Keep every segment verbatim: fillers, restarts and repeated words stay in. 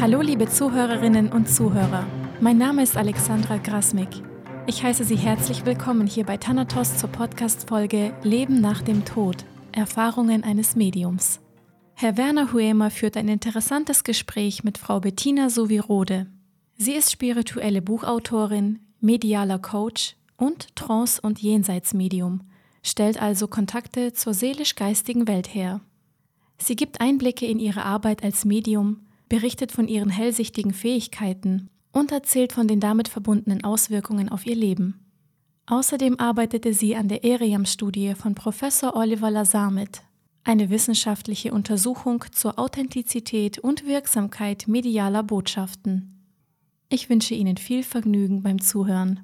Hallo liebe Zuhörerinnen und Zuhörer, mein Name ist Alexandra Grasmik. Ich heiße Sie herzlich willkommen hier bei Thanatos zur Podcast-Folge Leben nach dem Tod – Erfahrungen eines Mediums. Herr Werner Huemer führt ein interessantes Gespräch mit Frau Bettina Sovirode. Sie ist spirituelle Buchautorin, medialer Coach und Trance- und Jenseitsmedium, stellt also Kontakte zur seelisch-geistigen Welt her. Sie gibt Einblicke in ihre Arbeit als Medium, berichtet von ihren hellsichtigen Fähigkeiten und erzählt von den damit verbundenen Auswirkungen auf ihr Leben. Außerdem arbeitete sie an der ERIAM-Studie von Professor Oliver Lazar mit, eine wissenschaftliche Untersuchung zur Authentizität und Wirksamkeit medialer Botschaften. Ich wünsche Ihnen viel Vergnügen beim Zuhören.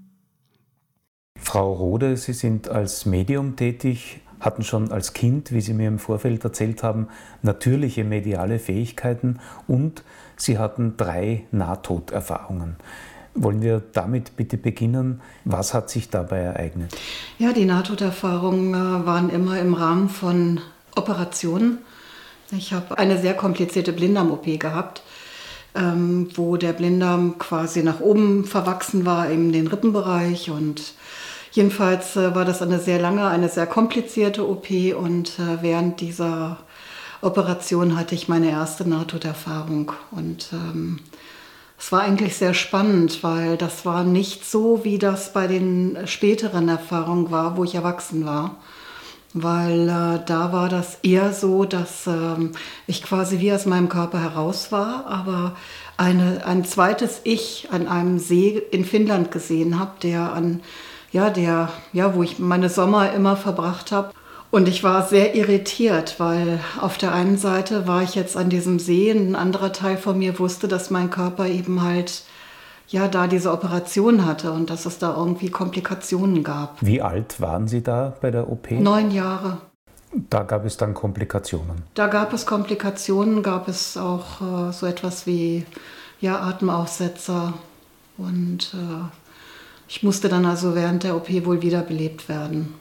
Frau Rode, Sie sind als Medium tätig, hatten schon als Kind, wie Sie mir im Vorfeld erzählt haben, natürliche mediale Fähigkeiten und Sie hatten drei Nahtoderfahrungen. Wollen wir damit bitte beginnen? Was hat sich dabei ereignet? Ja, die Nahtoderfahrungen äh, waren immer im Rahmen von Operationen. Ich habe eine sehr komplizierte Blinddarm-O P gehabt, ähm, wo der Blinddarm quasi nach oben verwachsen war, in den Rippenbereich, und jedenfalls äh, war das eine sehr lange, eine sehr komplizierte O P, und äh, während dieser Operation hatte ich meine erste Nahtoderfahrung. Und ähm, es war eigentlich sehr spannend, weil das war nicht so, wie das bei den späteren Erfahrungen war, wo ich erwachsen war. Weil äh, da war das eher so, dass ähm, ich quasi wie aus meinem Körper heraus war, aber eine, ein zweites Ich an einem See in Finnland gesehen habe, der an Ja, der, ja, wo ich meine Sommer immer verbracht habe. Und ich war sehr irritiert, weil auf der einen Seite war ich jetzt an diesem See, ein anderer Teil von mir wusste, dass mein Körper eben halt, ja, da diese Operation hatte und dass es da irgendwie Komplikationen gab. Wie alt waren Sie da bei der O P? Neun Jahre. Da gab es dann Komplikationen? Da gab es Komplikationen, gab es auch äh, so etwas wie, ja, Atemaussetzer und äh, ich musste dann also während der O P wohl wiederbelebt werden.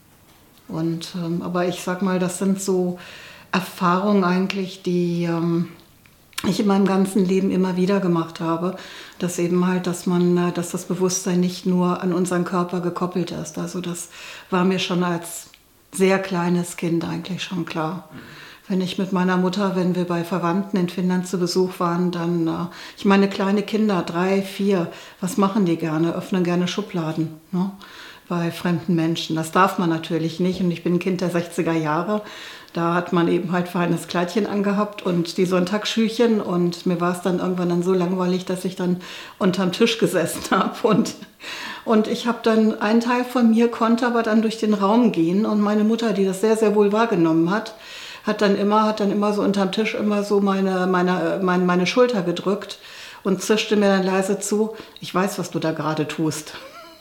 Und, ähm, aber ich sag mal, das sind so Erfahrungen eigentlich, die ähm, ich in meinem ganzen Leben immer wieder gemacht habe. Dass eben halt, dass man, dass das Bewusstsein nicht nur an unseren Körper gekoppelt ist. Also das war mir schon als sehr kleines Kind eigentlich schon klar. Wenn ich mit meiner Mutter, wenn wir bei Verwandten in Finnland zu Besuch waren, dann, äh, ich meine, kleine Kinder, drei, vier, was machen die gerne? Öffnen gerne Schubladen, ne? Bei fremden Menschen. Das darf man natürlich nicht, und ich bin ein Kind der sechziger Jahre. Da hat man eben halt feines Kleidchen angehabt und die Sonntagsschüchen, und mir war es dann irgendwann dann so langweilig, dass ich dann unterm Tisch gesessen habe. Und, und ich habe dann, ein Teil von mir konnte aber dann durch den Raum gehen, und meine Mutter, die das sehr, sehr wohl wahrgenommen hat, hat dann immer, hat dann immer so unterm Tisch immer so meine, meine, meine, meine Schulter gedrückt und zischte mir dann leise zu: Ich weiß, was du da gerade tust.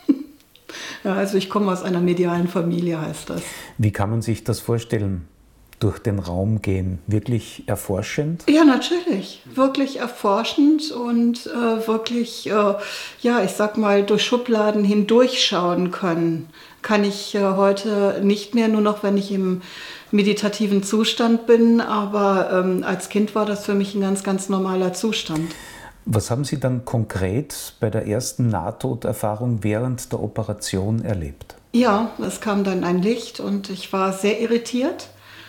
Ja, also ich komme aus einer medialen Familie, heißt das. Wie kann man sich das vorstellen? Durch den Raum gehen, wirklich erforschend? Ja, natürlich. Wirklich erforschend und äh, wirklich, äh, ja, ich sag mal, durch Schubladen hindurchschauen können. Kann ich äh, heute nicht mehr, nur noch wenn ich im meditativen Zustand bin, aber ähm, als Kind war das für mich ein ganz, ganz normaler Zustand. Was haben Sie dann konkret bei der ersten Nahtoderfahrung während der Operation erlebt? Ja, es kam dann ein Licht und ich war sehr irritiert,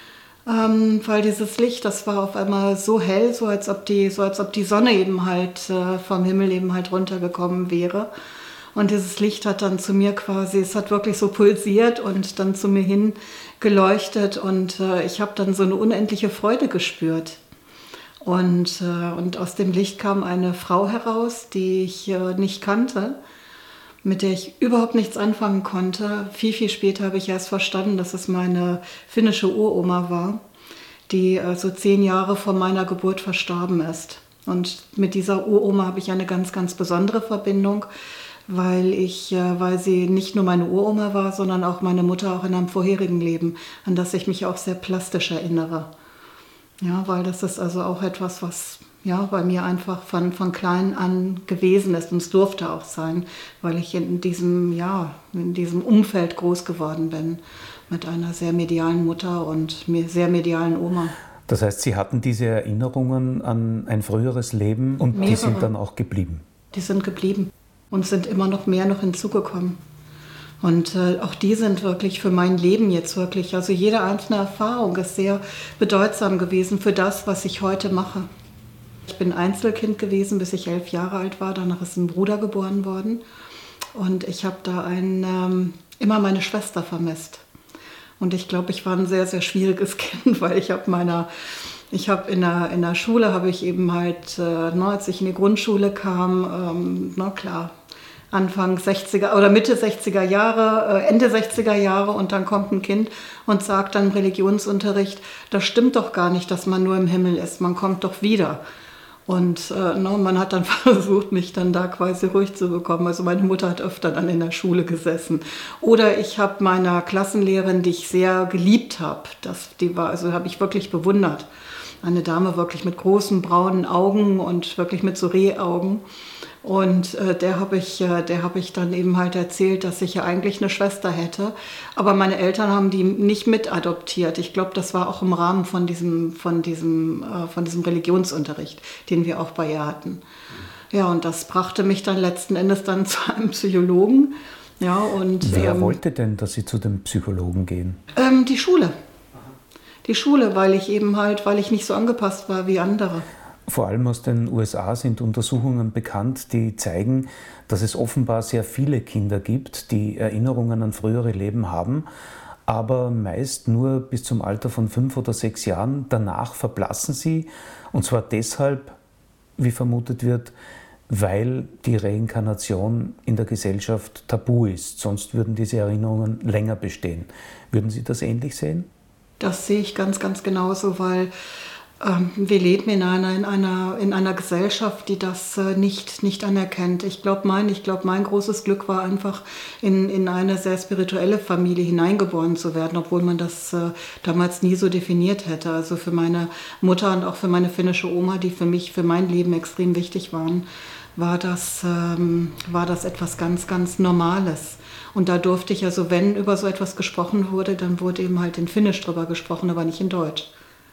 ähm, weil dieses Licht, das war auf einmal so hell, so als ob die, so als ob die Sonne eben halt äh, vom Himmel eben halt runtergekommen wäre. Und dieses Licht hat dann zu mir quasi, es hat wirklich so pulsiert und dann zu mir hin geleuchtet, und äh, ich habe dann so eine unendliche Freude gespürt. Und, äh, und aus dem Licht kam eine Frau heraus, die ich äh, nicht kannte, mit der ich überhaupt nichts anfangen konnte. Viel, viel später habe ich erst verstanden, dass es meine finnische Uroma war, die äh, so zehn Jahre vor meiner Geburt verstorben ist. Und mit dieser Uroma habe ich eine ganz, ganz besondere Verbindung, weil, ich, äh, weil sie nicht nur meine Uroma war, sondern auch meine Mutter auch in einem vorherigen Leben, an das ich mich auch sehr plastisch erinnere. Ja, weil das ist also auch etwas, was ja bei mir einfach von, von klein an gewesen ist, und es durfte auch sein, weil ich in diesem, ja, in diesem Umfeld groß geworden bin, mit einer sehr medialen Mutter und sehr medialen Oma. Das heißt, Sie hatten diese Erinnerungen an ein früheres Leben und Mehrere. Die sind dann auch geblieben? Die sind geblieben und sind immer noch mehr noch hinzugekommen. Und äh, auch die sind wirklich für mein Leben jetzt wirklich, also jede einzelne Erfahrung ist sehr bedeutsam gewesen für das, was ich heute mache. Ich bin Einzelkind gewesen, bis ich elf Jahre alt war, danach ist ein Bruder geboren worden. Und ich habe da ein, ähm, immer meine Schwester vermisst. Und ich glaube, ich war ein sehr, sehr schwieriges Kind, weil ich habe meiner, ich habe in der, in der Schule, habe ich eben halt, äh, ne, als ich in die Grundschule kam, ähm, na klar, Anfang sechziger oder Mitte sechziger Jahre, äh, Ende sechziger Jahre und dann kommt ein Kind und sagt dann im Religionsunterricht, das stimmt doch gar nicht, dass man nur im Himmel ist, man kommt doch wieder. Und äh, no, man hat dann versucht, mich dann da quasi ruhig zu bekommen. Also meine Mutter hat öfter dann in der Schule gesessen. Oder ich habe meiner Klassenlehrerin, die ich sehr geliebt habe, das, die war, also habe ich wirklich bewundert. Eine Dame wirklich mit großen braunen Augen und wirklich mit so Rehaugen. Und äh, der habe ich, äh, der habe ich dann eben halt erzählt, dass ich ja eigentlich eine Schwester hätte. Aber meine Eltern haben die nicht mit adoptiert. Ich glaube, das war auch im Rahmen von diesem, von diesem, äh, von diesem Religionsunterricht, den wir auch bei ihr hatten. Ja, und das brachte mich dann letzten Endes dann zu einem Psychologen. Ja, und, Wer ähm, wollte denn, dass Sie zu dem Psychologen gehen? Ähm, die Schule. Die Schule, weil ich eben halt, weil ich nicht so angepasst war wie andere. Vor allem aus den U S A sind Untersuchungen bekannt, die zeigen, dass es offenbar sehr viele Kinder gibt, die Erinnerungen an frühere Leben haben, aber meist nur bis zum Alter von fünf oder sechs Jahren. Danach verblassen sie, und zwar deshalb, wie vermutet wird, weil die Reinkarnation in der Gesellschaft tabu ist. Sonst würden diese Erinnerungen länger bestehen. Würden Sie das ähnlich sehen? Das sehe ich ganz, ganz genauso, weil ähm, wir leben in einer, in, einer, in einer Gesellschaft, die das äh, nicht, nicht anerkennt. Ich glaube, mein, ich glaub, mein großes Glück war einfach, in, in eine sehr spirituelle Familie hineingeboren zu werden, obwohl man das äh, damals nie so definiert hätte. Also für meine Mutter und auch für meine finnische Oma, die für mich, für mein Leben extrem wichtig waren, war das, ähm, war das etwas ganz, ganz Normales. Und da durfte ich, also wenn über so etwas gesprochen wurde, dann wurde eben halt in Finnisch drüber gesprochen, aber nicht in Deutsch.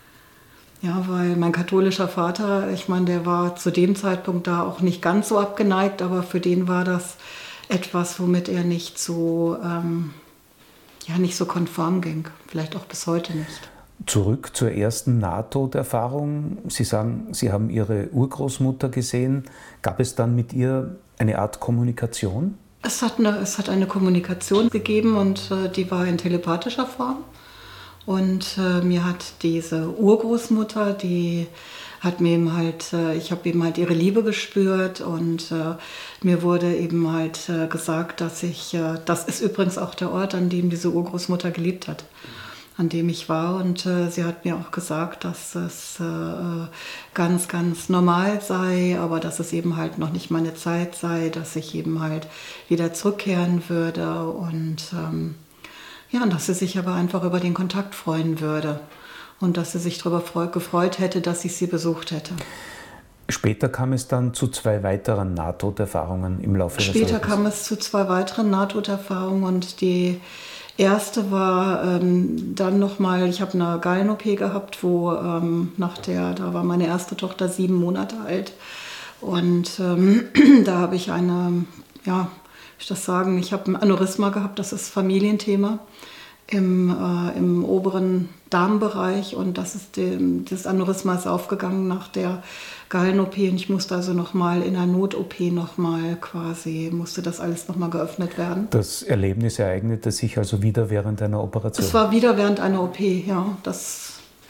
Ja, weil mein katholischer Vater, ich meine, der war zu dem Zeitpunkt da auch nicht ganz so abgeneigt, aber für den war das etwas, womit er nicht so, ähm, ja, nicht so konform ging. Vielleicht auch bis heute nicht. Zurück zur ersten Nahtoderfahrung. Sie sagen, Sie haben Ihre Urgroßmutter gesehen. Gab es dann mit ihr eine Art Kommunikation? Es hat eine, es hat eine Kommunikation gegeben und äh, die war in telepathischer Form. Und äh, mir hat diese Urgroßmutter, die hat mir eben halt, äh, ich habe eben halt ihre Liebe gespürt und äh, mir wurde eben halt äh, gesagt, dass ich, äh, das ist übrigens auch der Ort, an dem diese Urgroßmutter gelebt hat, an dem ich war. Und äh, sie hat mir auch gesagt, dass es äh, ganz, ganz normal sei, aber dass es eben halt noch nicht meine Zeit sei, dass ich eben halt wieder zurückkehren würde und ähm, ja, und dass sie sich aber einfach über den Kontakt freuen würde und dass sie sich darüber gefreut hätte, dass ich sie besucht hätte. Später kam es dann zu zwei weiteren Nahtoderfahrungen im Laufe des Lebens. Später kam es zu zwei weiteren Nahtoderfahrungen und die erste war ähm, dann nochmal, ich habe eine Gallen-O P gehabt, wo ähm, nach der, da war meine erste Tochter sieben Monate alt und ähm, da habe ich eine, ja, ich das sagen, ich habe ein Aneurysma gehabt, das ist Familienthema im, äh, im oberen Darmbereich und das, ist dem, das Aneurysma ist aufgegangen nach der Gallen-O P und ich musste also nochmal in der Not-O P nochmal quasi, musste das alles nochmal geöffnet werden. Das Erlebnis ereignete sich also wieder während einer Operation? Es war wieder während einer O P, ja. Das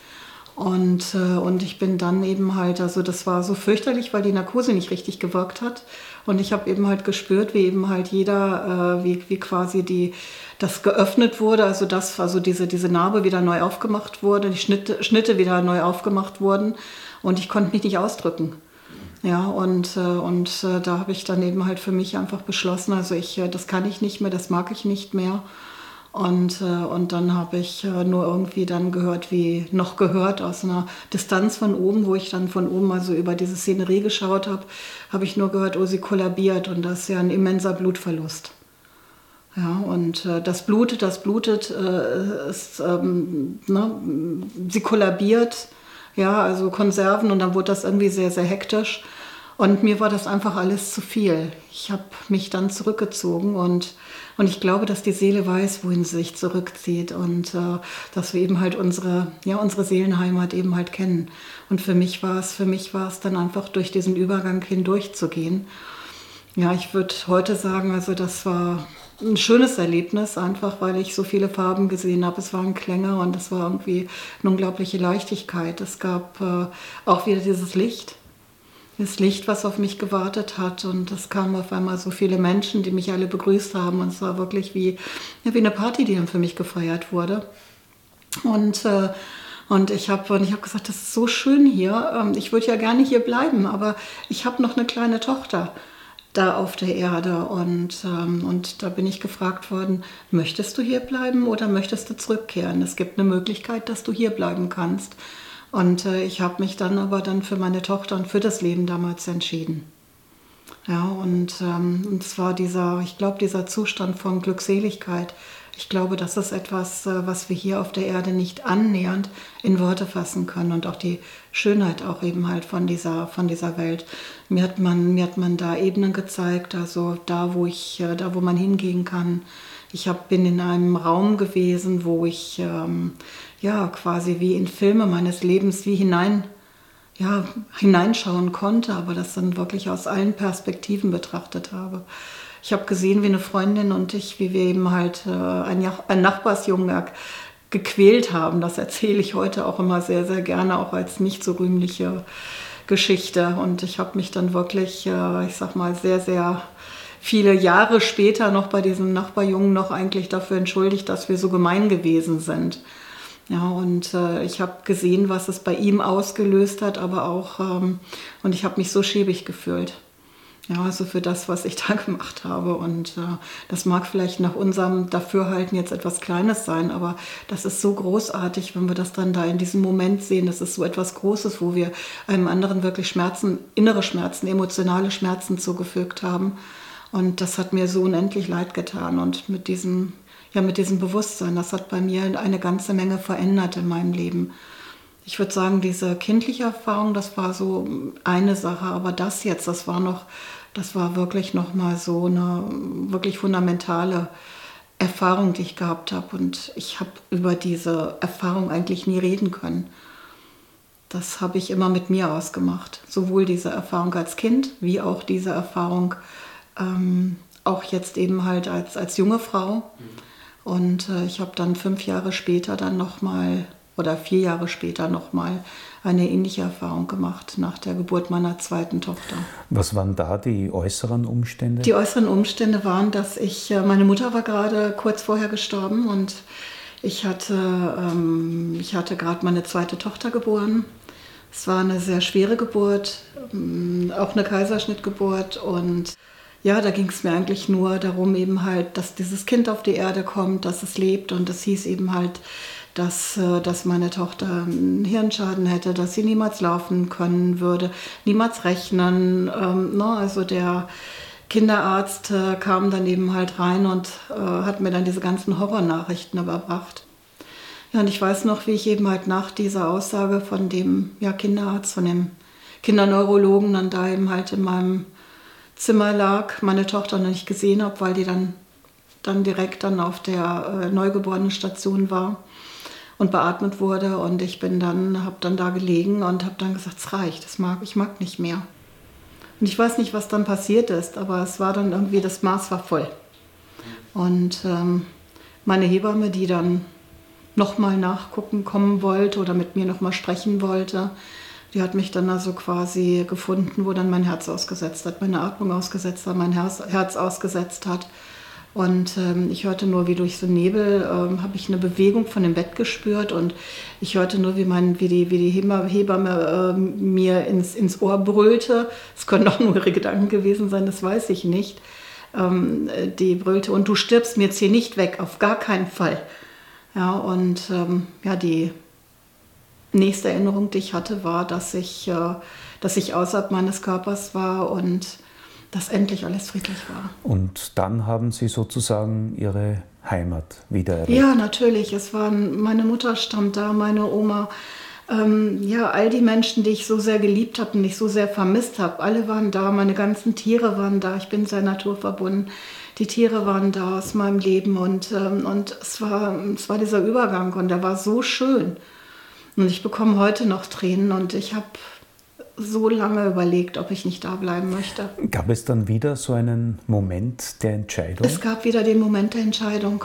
Und, äh, und ich bin dann eben halt, also das war so fürchterlich, weil die Narkose nicht richtig gewirkt hat. Und ich habe eben halt gespürt, wie eben halt jeder, äh, wie, wie quasi die, das geöffnet wurde, also das, also diese, diese Narbe wieder neu aufgemacht wurde, die Schnitte, Schnitte wieder neu aufgemacht wurden. Und ich konnte mich nicht ausdrücken. Ja, und, äh, und äh, da habe ich dann eben halt für mich einfach beschlossen, also ich, äh, das kann ich nicht mehr, das mag ich nicht mehr. Und, äh, und dann habe ich äh, nur irgendwie dann gehört, wie noch gehört aus einer Distanz von oben, wo ich dann von oben mal so über diese Szenerie geschaut habe, habe ich nur gehört, oh, sie kollabiert und das ist ja ein immenser Blutverlust. Ja, und äh, das blutet, das blutet, äh, ist, ähm, ne, sie kollabiert ja, also Konserven und dann wurde das irgendwie sehr, sehr hektisch. Und mir war das einfach alles zu viel. Ich habe mich dann zurückgezogen und, und ich glaube, dass die Seele weiß, wohin sie sich zurückzieht und äh, dass wir eben halt unsere, ja, unsere Seelenheimat eben halt kennen. Und für mich war es, für mich war es dann einfach durch diesen Übergang hindurchzugehen. Ja, ich würde heute sagen, also das war ein schönes Erlebnis, einfach weil ich so viele Farben gesehen habe. Es waren Klänge und es war irgendwie eine unglaubliche Leichtigkeit. Es gab äh, auch wieder dieses Licht. Das Licht, was auf mich gewartet hat und es kamen auf einmal so viele Menschen, die mich alle begrüßt haben und es war wirklich wie, ja, wie eine Party, die dann für mich gefeiert wurde. Und, äh, und ich habe und ich hab gesagt, das ist so schön hier, ich würde ja gerne hier bleiben, aber ich habe noch eine kleine Tochter da auf der Erde und, ähm, und da bin ich gefragt worden, möchtest du hier bleiben oder möchtest du zurückkehren? Es gibt eine Möglichkeit, dass du hier bleiben kannst. Und äh, ich habe mich dann aber dann für meine Tochter und für das Leben damals entschieden. Ja, und, ähm, und zwar dieser, ich glaube, dieser Zustand von Glückseligkeit. Ich glaube, das ist etwas, äh, was wir hier auf der Erde nicht annähernd in Worte fassen können. Und auch die Schönheit auch eben halt von dieser, von dieser Welt. Mir hat man, mir hat man da Ebenen gezeigt, also da, wo ich, äh, da, wo man hingehen kann. Ich hab, bin in einem Raum gewesen, wo ich ähm, ja quasi wie in Filme meines Lebens wie hinein, ja, hineinschauen konnte, aber das dann wirklich aus allen Perspektiven betrachtet habe. Ich habe gesehen, wie eine Freundin und ich, wie wir eben halt äh, ein, ein Nachbarsjungen gequält haben. Das erzähle ich heute auch immer sehr, sehr gerne, auch als nicht so rühmliche Geschichte. Und ich habe mich dann wirklich, äh, ich sag mal, sehr, sehr viele Jahre später noch bei diesem Nachbarjungen noch eigentlich dafür entschuldigt, dass wir so gemein gewesen sind. Ja, und äh, ich habe gesehen, was es bei ihm ausgelöst hat, aber auch, ähm, und ich habe mich so schäbig gefühlt. Ja, also für das, was ich da gemacht habe. Und äh, das mag vielleicht nach unserem Dafürhalten jetzt etwas Kleines sein, aber das ist so großartig, wenn wir das dann da in diesem Moment sehen. Das ist so etwas Großes, wo wir einem anderen wirklich Schmerzen, innere Schmerzen, emotionale Schmerzen zugefügt haben. Und das hat mir so unendlich leid getan. Und mit diesem, ja, mit diesem Bewusstsein, das hat bei mir eine ganze Menge verändert in meinem Leben. Ich würde sagen, diese kindliche Erfahrung, das war so eine Sache. Aber das jetzt, das war noch, das war wirklich nochmal so eine wirklich fundamentale Erfahrung, die ich gehabt habe. Und ich habe über diese Erfahrung eigentlich nie reden können. Das habe ich immer mit mir ausgemacht. Sowohl diese Erfahrung als Kind, wie auch diese Erfahrung Ähm, auch jetzt eben halt als, als junge Frau. Und äh, ich habe dann fünf Jahre später dann nochmal, oder vier Jahre später nochmal eine ähnliche Erfahrung gemacht, nach der Geburt meiner zweiten Tochter. Was waren da die äußeren Umstände? Die äußeren Umstände waren, dass ich, äh, meine Mutter war gerade kurz vorher gestorben und ich hatte, ähm, ich hatte gerade meine zweite Tochter geboren. Es war eine sehr schwere Geburt, ähm, auch eine Kaiserschnittgeburt und ja, da ging es mir eigentlich nur darum, eben halt, dass dieses Kind auf die Erde kommt, dass es lebt. Und das hieß eben halt, dass, dass meine Tochter einen Hirnschaden hätte, dass sie niemals laufen können würde, niemals rechnen. Ähm, ne? Also der Kinderarzt äh, kam dann eben halt rein und äh, hat mir dann diese ganzen Horrornachrichten überbracht. Ja, und ich weiß noch, wie ich eben halt nach dieser Aussage von dem ja, Kinderarzt, von dem Kinderneurologen dann da eben halt in meinem Zimmer lag, meine Tochter noch nicht gesehen habe, weil die dann, dann direkt dann auf der äh, Neugeborenenstation war und beatmet wurde. Und ich bin dann, habe dann da gelegen und habe dann gesagt, es reicht, das mag, ich mag nicht mehr. Und ich weiß nicht, was dann passiert ist, aber es war dann irgendwie, das Maß war voll. Und ähm, meine Hebamme, die dann nochmal nachgucken kommen wollte oder mit mir nochmal sprechen wollte, die hat mich dann also quasi gefunden, wo dann mein Herz ausgesetzt hat, meine Atmung ausgesetzt hat, mein Herz, Herz ausgesetzt hat. Und ähm, ich hörte nur, wie durch so Nebel, ähm, habe ich eine Bewegung von dem Bett gespürt und ich hörte nur, wie, mein, wie die, wie die Hebamme äh, mir ins, ins Ohr brüllte. Es können auch nur ihre Gedanken gewesen sein, das weiß ich nicht. Ähm, die brüllte, und du stirbst mir jetzt hier nicht weg, auf gar keinen Fall. Ja, und ähm, ja, die nächste Erinnerung, die ich hatte, war, dass ich, äh, dass ich außerhalb meines Körpers war und dass endlich alles friedlich war. Und dann haben Sie sozusagen Ihre Heimat wiedererlebt? Ja, natürlich. Es waren, meine Mutter stand da, meine Oma, Ähm, ja, all die Menschen, die ich so sehr geliebt habe und ich so sehr vermisst habe, alle waren da, meine ganzen Tiere waren da, ich bin sehr naturverbunden. Die Tiere waren da aus meinem Leben und, ähm, und es war, es war dieser Übergang und der war so schön. Und ich bekomme heute noch Tränen und ich habe so lange überlegt, ob ich nicht da bleiben möchte. Gab es dann wieder so einen Moment der Entscheidung? Es gab wieder den Moment der Entscheidung.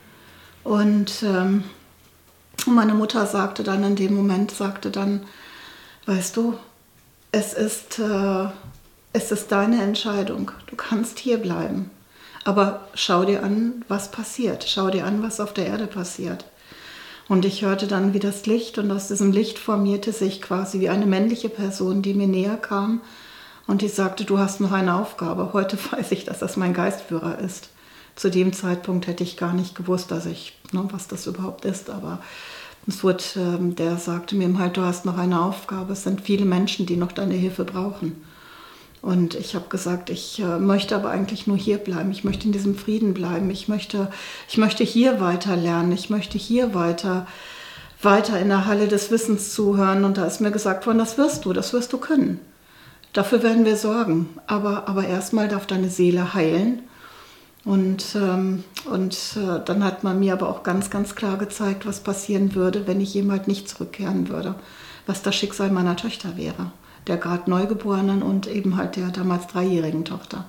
Und ähm, meine Mutter sagte dann in dem Moment, sagte dann, weißt du, es ist, äh, es ist deine Entscheidung. Du kannst hier bleiben. Aber schau dir an, was passiert. Schau dir an, was auf der Erde passiert. Und ich hörte dann wie das Licht und aus diesem Licht formierte sich quasi wie eine männliche Person, die mir näher kam und die sagte, du hast noch eine Aufgabe. Heute weiß ich, dass das mein Geistführer ist. Zu dem Zeitpunkt hätte ich gar nicht gewusst, dass ich, ne, was das überhaupt ist. Aber es wurde, ähm, der sagte mir halt, du hast noch eine Aufgabe. Es sind viele Menschen, die noch deine Hilfe brauchen. Und ich habe gesagt, ich äh, möchte aber eigentlich nur hier bleiben. Ich möchte in diesem Frieden bleiben. Ich möchte, ich möchte hier weiter lernen. Ich möchte hier weiter, weiter in der Halle des Wissens zuhören. Und da ist mir gesagt worden, das wirst du, das wirst du können. Dafür werden wir sorgen. Aber, aber erstmal darf deine Seele heilen. Und, ähm, und äh, dann hat man mir aber auch ganz, ganz klar gezeigt, was passieren würde, wenn ich jemals nicht zurückkehren würde. Was das Schicksal meiner Töchter wäre. Der gerade Neugeborenen und eben halt der damals dreijährigen Tochter.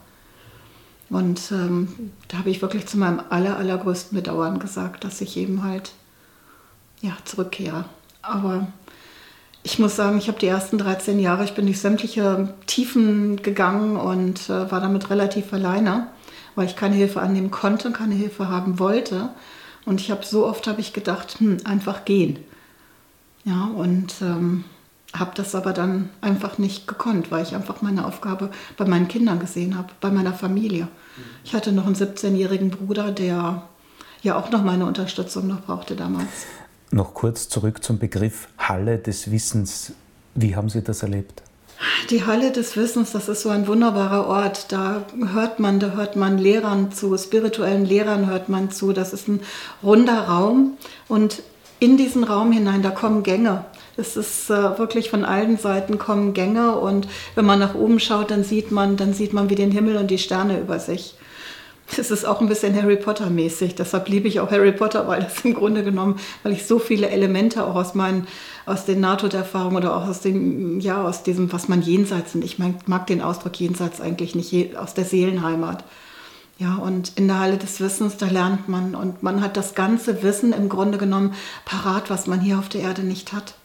Und ähm, da habe ich wirklich zu meinem aller, allergrößten Bedauern gesagt, dass ich eben halt ja, zurückkehre. Aber ich muss sagen, ich habe die ersten dreizehn Jahre, ich bin durch sämtliche Tiefen gegangen und äh, war damit relativ alleine, weil ich keine Hilfe annehmen konnte, keine Hilfe haben wollte. Und ich habe so oft habe ich gedacht, hm, einfach gehen. Ja, und ähm, habe das aber dann einfach nicht gekonnt, weil ich einfach meine Aufgabe bei meinen Kindern gesehen habe, bei meiner Familie. Ich hatte noch einen siebzehnjährigen Bruder, der ja auch noch meine Unterstützung noch brauchte damals. Noch kurz zurück zum Begriff Halle des Wissens. Wie haben Sie das erlebt? Die Halle des Wissens, das ist so ein wunderbarer Ort. Da hört man, da hört man Lehrern zu, spirituellen Lehrern hört man zu. Das ist ein runder Raum und in diesen Raum hinein, da kommen Gänge. Es ist äh, wirklich von allen Seiten kommen Gänge und wenn man nach oben schaut, dann sieht man, dann sieht man wie den Himmel und die Sterne über sich. Es ist auch ein bisschen Harry Potter mäßig, deshalb liebe ich auch Harry Potter, weil das im Grunde genommen, weil ich so viele Elemente auch aus meinen, aus den Nahtoderfahrungen oder auch aus dem, ja, aus diesem, was man jenseits, und ich mag, mag den Ausdruck jenseits eigentlich nicht, je, aus der Seelenheimat. Ja, und in der Halle des Wissens, da lernt man und man hat das ganze Wissen im Grunde genommen parat, was man hier auf der Erde nicht hat.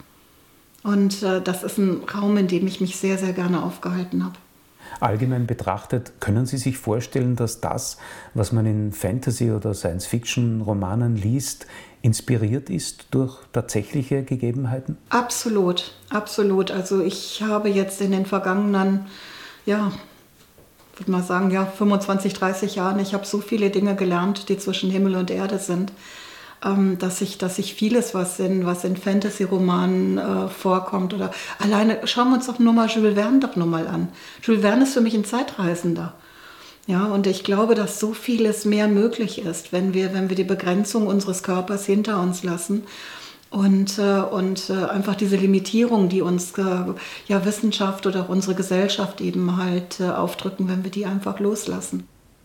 Und äh, das ist ein Raum, in dem ich mich sehr, sehr gerne aufgehalten habe. Allgemein betrachtet, können Sie sich vorstellen, dass das, was man in Fantasy- oder Science-Fiction-Romanen liest, inspiriert ist durch tatsächliche Gegebenheiten? Absolut, absolut. Also ich habe jetzt in den vergangenen, ja, ich würde mal sagen, ja, fünfundzwanzig, dreißig Jahren, ich habe so viele Dinge gelernt, die zwischen Himmel und Erde sind. Dass ich, dass ich vieles, was in, was in Fantasy-Romanen äh, vorkommt oder alleine, schauen wir uns doch nur mal Jules Verne doch nur mal an. Jules Verne ist für mich ein Zeitreisender. Ja, und ich glaube, dass so vieles mehr möglich ist, wenn wir, wenn wir die Begrenzung unseres Körpers hinter uns lassen und, äh, und äh, einfach diese Limitierung, die uns äh, ja, Wissenschaft oder auch unsere Gesellschaft eben halt äh, aufdrücken, wenn wir die einfach loslassen.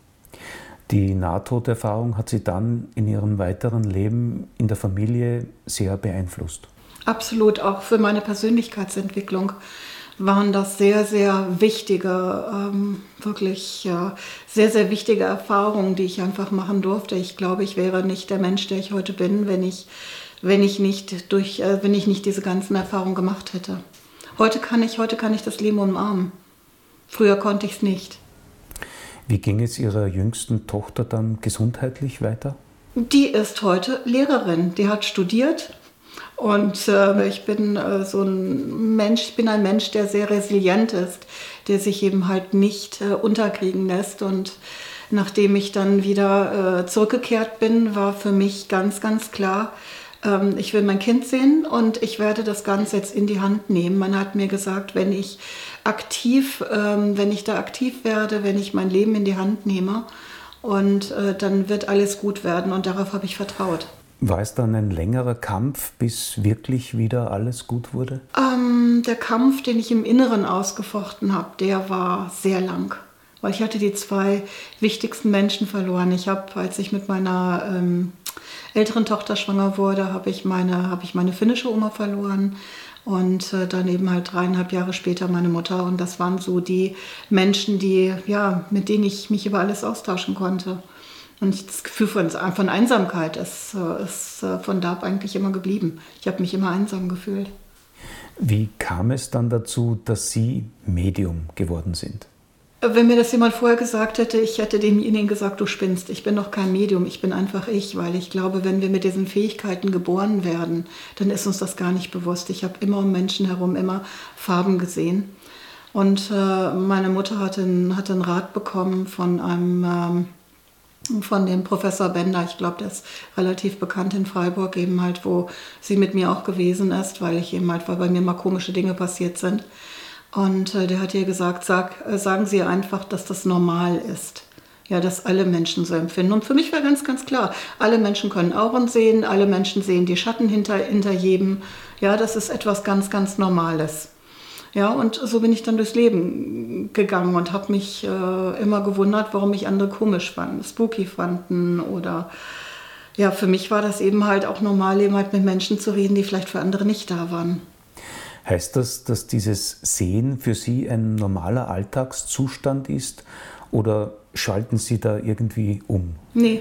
Die Nahtoderfahrung hat Sie dann in Ihrem weiteren Leben in der Familie sehr beeinflusst. Absolut, auch für meine Persönlichkeitsentwicklung waren das sehr, sehr wichtige, ähm, wirklich ja, sehr, sehr wichtige Erfahrungen, die ich einfach machen durfte. Ich glaube, ich wäre nicht der Mensch, der ich heute bin, wenn ich, wenn ich, nicht, durch, äh, wenn ich nicht diese ganzen Erfahrungen gemacht hätte. Heute kann ich, heute kann ich das Leben umarmen. Früher konnte ich es nicht. Wie ging es Ihrer jüngsten Tochter dann gesundheitlich weiter? Die ist heute Lehrerin. Die hat studiert und äh, ich bin äh, so ein Mensch, ich bin ein Mensch, der sehr resilient ist, der sich eben halt nicht äh, unterkriegen lässt. Und nachdem ich dann wieder äh, zurückgekehrt bin, war für mich ganz, ganz klar, ähm, ich will mein Kind sehen und ich werde das Ganze jetzt in die Hand nehmen. Man hat mir gesagt, wenn ich aktiv, ähm, wenn ich da aktiv werde, wenn ich mein Leben in die Hand nehme und äh, dann wird alles gut werden und darauf habe ich vertraut. War es dann ein längerer Kampf, bis wirklich wieder alles gut wurde? Ähm, der Kampf, den ich im Inneren ausgefochten habe, der war sehr lang. Weil ich hatte die zwei wichtigsten Menschen verloren. Ich habe, als ich mit meiner ähm, älteren Tochter schwanger wurde, habe ich meine, habe ich meine finnische Oma verloren. Und äh, dann eben halt dreieinhalb Jahre später meine Mutter. Und das waren so die Menschen, die, ja, mit denen ich mich über alles austauschen konnte. Und das Gefühl von, von Einsamkeit ist, ist von da ab eigentlich immer geblieben. Ich habe mich immer einsam gefühlt. Wie kam es dann dazu, dass Sie Medium geworden sind? Wenn mir das jemand vorher gesagt hätte, ich hätte demjenigen gesagt, du spinnst. Ich bin doch kein Medium, ich bin einfach ich. Weil ich glaube, wenn wir mit diesen Fähigkeiten geboren werden, dann ist uns das gar nicht bewusst. Ich habe immer um Menschen herum immer Farben gesehen. Und äh, meine Mutter hatte, hatte einen Rat bekommen von einem... Ähm, von dem Professor Bender, ich glaube, der ist relativ bekannt in Freiburg, eben halt, wo sie mit mir auch gewesen ist, weil ich eben halt, weil bei mir mal komische Dinge passiert sind. Und äh, der hat ihr gesagt, sag, äh, sagen Sie einfach, dass das normal ist. Ja, dass alle Menschen so empfinden. Und für mich war ganz, ganz klar, alle Menschen können Auren sehen, alle Menschen sehen die Schatten hinter, hinter jedem. Ja, das ist etwas ganz, ganz Normales. Ja, und so bin ich dann durchs Leben gegangen und habe mich äh, immer gewundert, warum mich andere komisch fanden, spooky fanden oder ja, für mich war das eben halt auch normal, eben halt mit Menschen zu reden, die vielleicht für andere nicht da waren. Heißt das, dass dieses Sehen für Sie ein normaler Alltagszustand ist oder schalten Sie da irgendwie um? Nee,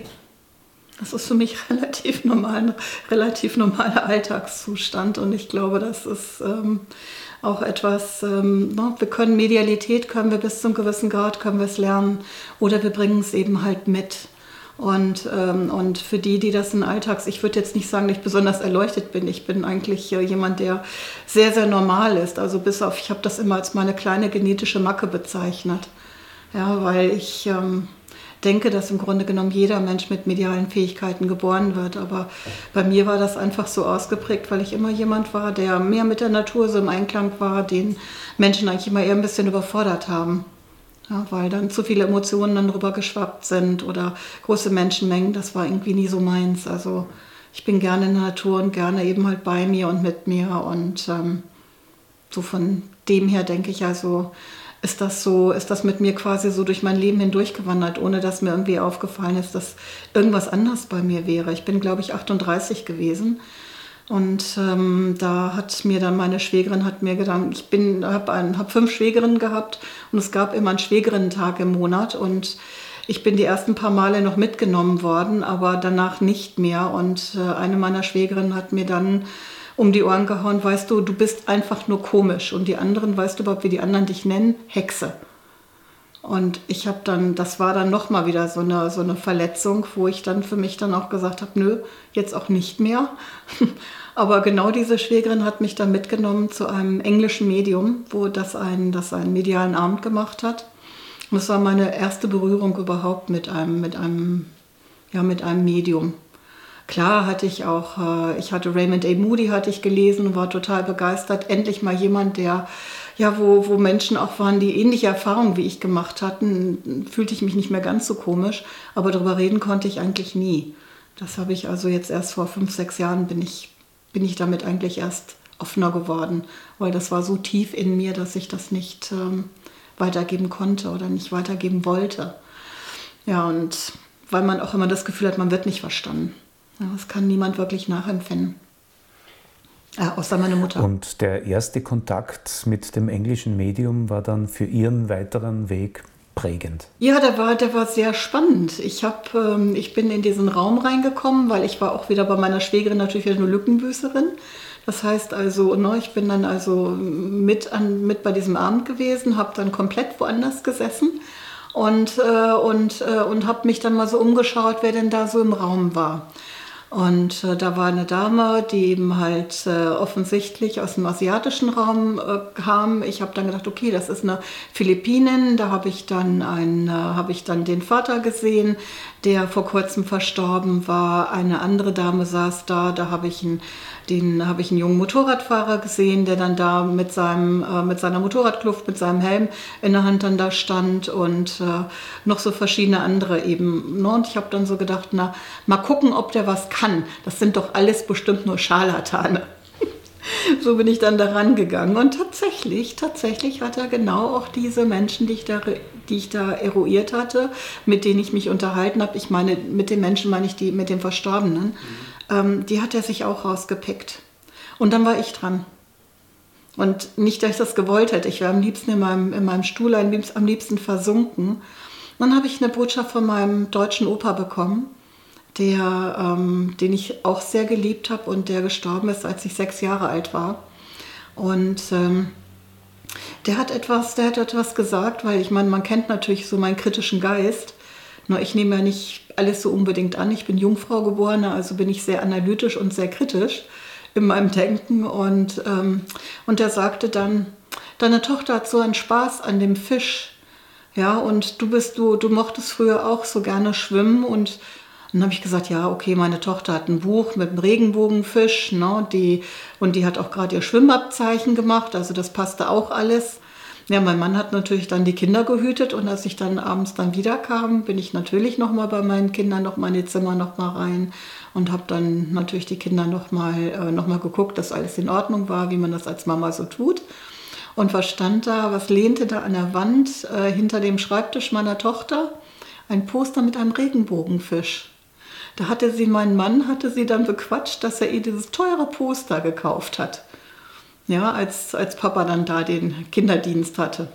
das ist für mich relativ normal, ein relativ normaler Alltagszustand und ich glaube, das ist... Ähm, auch etwas, ähm, wir können Medialität, können wir bis zum gewissen Grad, können wir es lernen oder wir bringen es eben halt mit. Und, ähm, und für die, die das in Alltags, ich würde jetzt nicht sagen, dass ich besonders erleuchtet bin, ich bin eigentlich äh, jemand, der sehr, sehr normal ist. Also bis auf, ich habe das immer als meine kleine genetische Macke bezeichnet. Ja, weil ich... Ähm, denke, dass im Grunde genommen jeder Mensch mit medialen Fähigkeiten geboren wird. Aber bei mir war das einfach so ausgeprägt, weil ich immer jemand war, der mehr mit der Natur so im Einklang war, den Menschen eigentlich immer eher ein bisschen überfordert haben. Ja, weil dann zu viele Emotionen dann drüber geschwappt sind oder große Menschenmengen, das war irgendwie nie so meins. Also ich bin gerne in der Natur und gerne eben halt bei mir und mit mir. Und ähm, so von dem her denke ich also, ist das so, ist das mit mir quasi so durch mein Leben hindurchgewandert, ohne dass mir irgendwie aufgefallen ist, dass irgendwas anders bei mir wäre. Ich bin, glaube ich, achtunddreißig gewesen und ähm, da hat mir dann meine Schwägerin hat mir gedacht, ich bin, habe hab fünf Schwägerinnen gehabt und es gab immer einen Schwägerinnentag im Monat und ich bin die ersten paar Male noch mitgenommen worden, aber danach nicht mehr und äh, eine meiner Schwägerinnen hat mir dann um die Ohren gehauen, weißt du, du bist einfach nur komisch. Und die anderen, weißt du überhaupt, wie die anderen dich nennen? Hexe. Und ich habe dann, das war dann nochmal wieder so eine, so eine Verletzung, wo ich dann für mich dann auch gesagt habe, nö, jetzt auch nicht mehr. Aber genau diese Schwägerin hat mich dann mitgenommen zu einem englischen Medium, wo das einen, das einen medialen Abend gemacht hat. Und das war meine erste Berührung überhaupt mit einem, mit einem, ja, mit einem Medium. Klar hatte ich auch, ich hatte Raymond A. Moody hatte ich gelesen und war total begeistert. Endlich mal jemand, der, ja, wo, wo Menschen auch waren, die ähnliche Erfahrungen wie ich gemacht hatten, fühlte ich mich nicht mehr ganz so komisch. Aber darüber reden konnte ich eigentlich nie. Das habe ich also jetzt erst vor fünf, sechs Jahren bin ich, bin ich damit eigentlich erst offener geworden. Weil das war so tief in mir, dass ich das nicht ähm, weitergeben konnte oder nicht weitergeben wollte. Ja, und weil man auch immer das Gefühl hat, man wird nicht verstanden. Ja, das kann niemand wirklich nachempfinden, ja, außer meine Mutter. Und der erste Kontakt mit dem englischen Medium war dann für Ihren weiteren Weg prägend? Ja, der war, der war sehr spannend. Ich, hab, ähm, ich bin in diesen Raum reingekommen, weil ich war auch wieder bei meiner Schwägerin natürlich wieder eine Lückenbüßerin. Das heißt also, ne, ich bin dann also mit, an, mit bei diesem Abend gewesen, habe dann komplett woanders gesessen und, äh, und, äh, und habe mich dann mal so umgeschaut, wer denn da so im Raum war. Und äh, da war eine Dame, die eben halt äh, offensichtlich aus dem asiatischen Raum äh, kam. Ich habe dann gedacht, okay, das ist eine Philippinin. Da habe ich dann einen, äh, habe ich dann den Vater gesehen, der vor kurzem verstorben war. Eine andere Dame saß da. Da habe ich einen, den habe ich einen jungen Motorradfahrer gesehen, der dann da mit seinem, äh, mit seiner Motorradkluft, mit seinem Helm in der Hand dann da stand und äh, noch so verschiedene andere eben. Ne? Und ich habe dann so gedacht, na, mal gucken, ob der was kann. kann. Das sind doch alles bestimmt nur Scharlatane. So bin ich dann da rangegangen. Und tatsächlich, tatsächlich hat er genau auch diese Menschen, die ich da, die ich da eruiert hatte, mit denen ich mich unterhalten habe. Ich meine, mit den Menschen meine ich die mit den Verstorbenen. Mhm. Ähm, die hat er sich auch rausgepickt. Und dann war ich dran. Und nicht, dass ich das gewollt hätte. Ich wäre am liebsten in meinem, in meinem Stuhl, am liebsten, am liebsten versunken. Dann habe ich eine Botschaft von meinem deutschen Opa bekommen, der, ähm, den ich auch sehr geliebt habe und der gestorben ist, als ich sechs Jahre alt war. Und ähm, der hat etwas, der hat etwas gesagt, weil ich meine, man kennt natürlich so meinen kritischen Geist. Nur ich nehme ja nicht alles so unbedingt an. Ich bin Jungfrau geboren, also bin ich sehr analytisch und sehr kritisch in meinem Denken. Und, ähm, und der sagte dann, deine Tochter hat so einen Spaß an dem Fisch. Ja, und du bist, du, du mochtest früher auch so gerne schwimmen. Und dann habe ich gesagt, ja, okay, meine Tochter hat ein Buch mit einem Regenbogenfisch, ne, die, und die hat auch gerade ihr Schwimmabzeichen gemacht, also das passte auch alles. Ja, mein Mann hat natürlich dann die Kinder gehütet und als ich dann abends dann wiederkam, bin ich natürlich nochmal bei meinen Kindern nochmal in die Zimmer nochmal rein und habe dann natürlich die Kinder nochmal äh, noch mal geguckt, dass alles in Ordnung war, wie man das als Mama so tut. Und was stand da, was lehnte da an der Wand äh, hinter dem Schreibtisch meiner Tochter? Ein Poster mit einem Regenbogenfisch. Da hatte sie, mein Mann hatte sie dann bequatscht, dass er ihr dieses teure Poster gekauft hat. Ja, als, als Papa dann da den Kinderdienst hatte.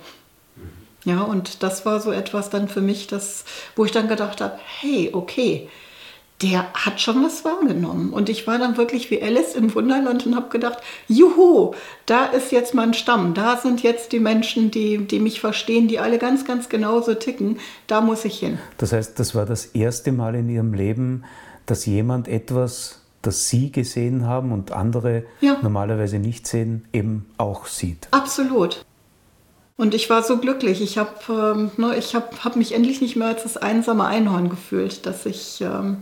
Ja, und das war so etwas dann für mich, das, wo ich dann gedacht habe, hey, okay, der hat schon was wahrgenommen. Und ich war dann wirklich wie Alice im Wunderland und habe gedacht, juhu, da ist jetzt mein Stamm, da sind jetzt die Menschen, die, die mich verstehen, die alle ganz, ganz genauso ticken, da muss ich hin. Das heißt, das war das erste Mal in Ihrem Leben, dass jemand etwas, das Sie gesehen haben und andere ja. normalerweise nicht sehen, eben auch sieht. Absolut. Und ich war so glücklich. Ich habe ähm, ne, ich hab, hab mich endlich nicht mehr als das einsame Einhorn gefühlt, dass ich, ähm,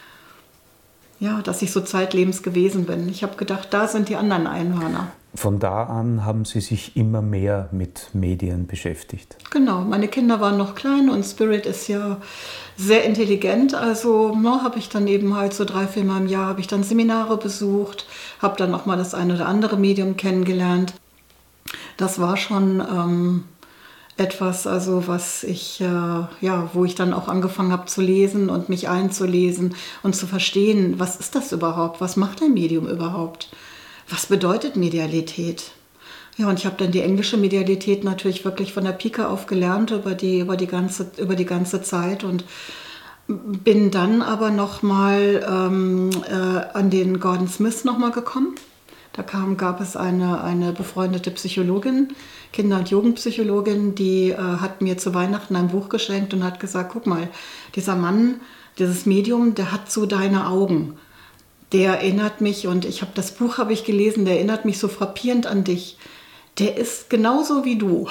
ja, dass ich so zeitlebens gewesen bin. Ich habe gedacht, da sind die anderen Einhörner. Von da an haben Sie sich immer mehr mit Medien beschäftigt. Genau, meine Kinder waren noch klein und Spirit ist ja sehr intelligent. Also ne, habe ich dann eben halt so drei, vier Mal im Jahr habe ich dann Seminare besucht, habe dann auch mal das eine oder andere Medium kennengelernt. Das war schon ähm, etwas, also was ich, äh, ja, wo ich dann auch angefangen habe zu lesen und mich einzulesen und zu verstehen, was ist das überhaupt, was macht ein Medium überhaupt? Was bedeutet Medialität? Ja, und ich habe dann die englische Medialität natürlich wirklich von der Pike auf gelernt über die, über die, ganze, über die ganze Zeit und bin dann aber nochmal ähm, äh, an den Gordon Smith nochmal gekommen. Da kam, gab es eine, eine befreundete Psychologin, Kinder- und Jugendpsychologin, die äh, hat mir zu Weihnachten ein Buch geschenkt und hat gesagt, guck mal, dieser Mann, dieses Medium, der hat so deine Augen. Der erinnert mich, und ich habe das Buch habe ich gelesen, der erinnert mich so frappierend an dich. Der ist genauso wie du.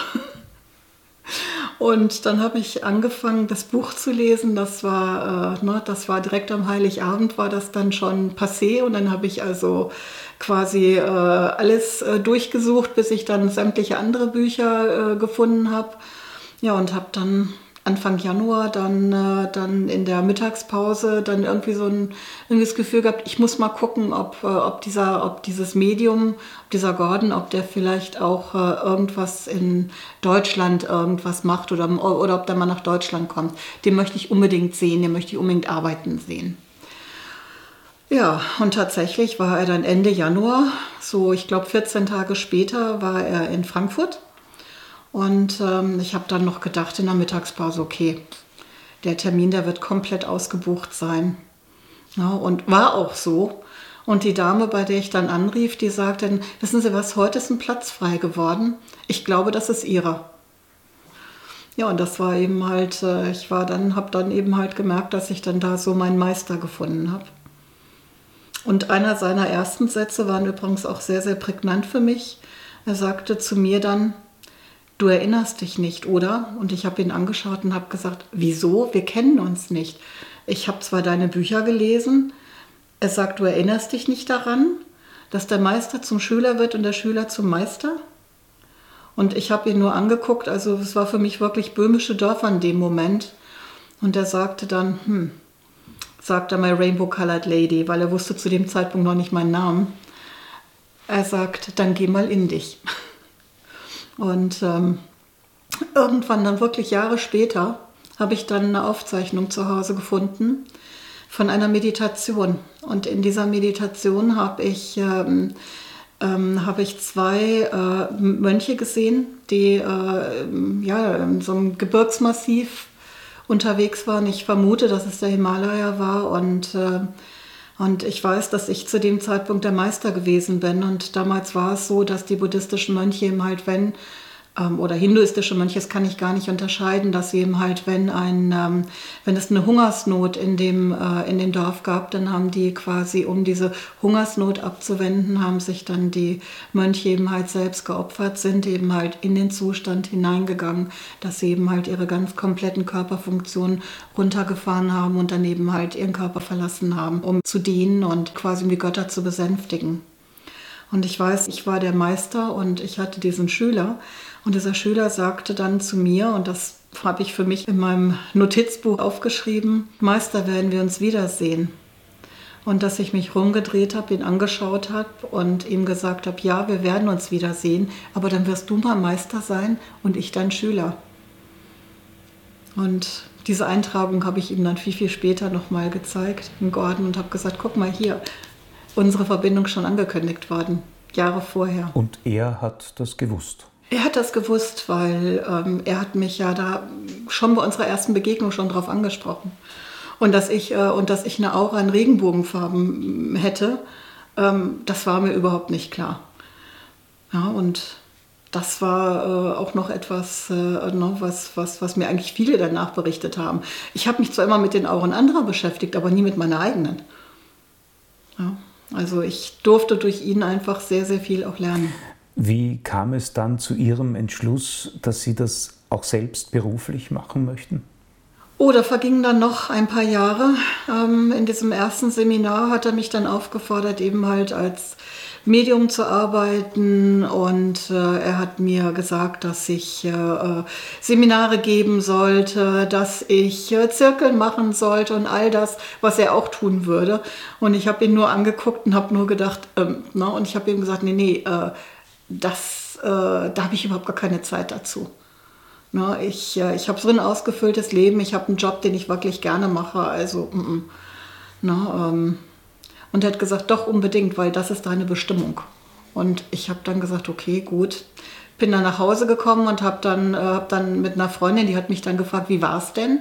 Und dann habe ich angefangen, das Buch zu lesen. Das war, äh, ne, das war direkt am Heiligabend, war das dann schon passé. Und dann habe ich also quasi äh, alles äh, durchgesucht, bis ich dann sämtliche andere Bücher äh, gefunden habe. Ja, und habe dann Anfang Januar dann, äh, dann in der Mittagspause dann irgendwie so ein irgendwie das Gefühl gehabt, ich muss mal gucken, ob, äh, ob, dieser, ob dieses Medium, ob dieser Gordon, ob der vielleicht auch äh, irgendwas in Deutschland irgendwas macht oder, oder ob der mal nach Deutschland kommt. Den möchte ich unbedingt sehen, den möchte ich unbedingt arbeiten sehen. Ja, und tatsächlich war er dann Ende Januar, so ich glaube vierzehn Tage später war er in Frankfurt. Und ähm, ich habe dann noch gedacht in der Mittagspause, okay, der Termin, der wird komplett ausgebucht sein. Ja, und war auch so. Und die Dame, bei der ich dann anrief, die sagte, wissen Sie was, heute ist ein Platz frei geworden. Ich glaube, das ist Ihrer. Ja, und das war eben halt, äh, ich war dann, habe dann eben halt gemerkt, dass ich dann da so meinen Meister gefunden habe. Und einer seiner ersten Sätze waren übrigens auch sehr, sehr prägnant für mich. Er sagte zu mir dann, du erinnerst dich nicht, oder? Und ich habe ihn angeschaut und habe gesagt, wieso? Wir kennen uns nicht. Ich habe zwar deine Bücher gelesen. Er sagt, du erinnerst dich nicht daran, dass der Meister zum Schüler wird und der Schüler zum Meister? Und ich habe ihn nur angeguckt, also es war für mich wirklich böhmische Dörfer in dem Moment. Und er sagte dann, hm, sagt er, my rainbow colored lady, weil er wusste zu dem Zeitpunkt noch nicht meinen Namen. Er sagt, dann geh mal in dich. Und ähm, irgendwann dann wirklich Jahre später habe ich dann eine Aufzeichnung zu Hause gefunden von einer Meditation. Und in dieser Meditation habe ich, ähm, ähm, habe ich zwei äh, Mönche gesehen, die äh, ja, in so einem Gebirgsmassiv unterwegs waren. Ich vermute, dass es der Himalaya war. Und, äh, und ich weiß, dass ich zu dem Zeitpunkt der Meister gewesen bin. Und damals war es so, dass die buddhistischen Mönche eben halt, wenn oder hinduistische Mönche, das kann ich gar nicht unterscheiden, dass sie eben halt, wenn ein, ähm, wenn es eine Hungersnot in dem, äh, in dem Dorf gab, dann haben die quasi, um diese Hungersnot abzuwenden, haben sich dann die Mönche eben halt selbst geopfert, sind eben halt in den Zustand hineingegangen, dass sie eben halt ihre ganz kompletten Körperfunktionen runtergefahren haben und dann eben halt ihren Körper verlassen haben, um zu dienen und quasi um die Götter zu besänftigen. Und ich weiß, ich war der Meister und ich hatte diesen Schüler. Und dieser Schüler sagte dann zu mir, und das habe ich für mich in meinem Notizbuch aufgeschrieben, Meister, werden wir uns wiedersehen. Und dass ich mich rumgedreht habe, ihn angeschaut habe und ihm gesagt habe, ja, wir werden uns wiedersehen, aber dann wirst du mal Meister sein und ich dein Schüler. Und diese Eintragung habe ich ihm dann viel, viel später nochmal gezeigt in Gordon und habe gesagt, guck mal hier, unsere Verbindung schon angekündigt worden, Jahre vorher. Und er hat das gewusst? Er hat das gewusst, weil ähm, er hat mich ja da schon bei unserer ersten Begegnung schon drauf angesprochen. Und dass ich, äh, und dass ich eine Aura in Regenbogenfarben hätte, ähm, das war mir überhaupt nicht klar. Ja, und das war äh, auch noch etwas, äh, noch was, was, was mir eigentlich viele danach berichtet haben. Ich habe mich zwar immer mit den Auren anderer beschäftigt, aber nie mit meiner eigenen. Ja. Also ich durfte durch ihn einfach sehr, sehr viel auch lernen. Wie kam es dann zu Ihrem Entschluss, dass Sie das auch selbst beruflich machen möchten? Oh, da vergingen dann noch ein paar Jahre. Ähm, in diesem ersten Seminar hat er mich dann aufgefordert, eben halt als Medium zu arbeiten. Und äh, er hat mir gesagt, dass ich äh, Seminare geben sollte, dass ich äh, Zirkel machen sollte und all das, was er auch tun würde. Und ich habe ihn nur angeguckt und habe nur gedacht, ähm, na, und ich habe ihm gesagt, nee, nee, äh, das, äh, da habe ich überhaupt gar keine Zeit dazu. Na, ich äh, ich habe so ein ausgefülltes Leben, ich habe einen Job, den ich wirklich gerne mache, also mm, mm. Na, ähm, und er hat gesagt, doch unbedingt, weil das ist deine Bestimmung. Und ich habe dann gesagt, okay, gut. Bin dann nach Hause gekommen und habe dann, äh, hab dann mit einer Freundin, die hat mich dann gefragt, wie war es denn?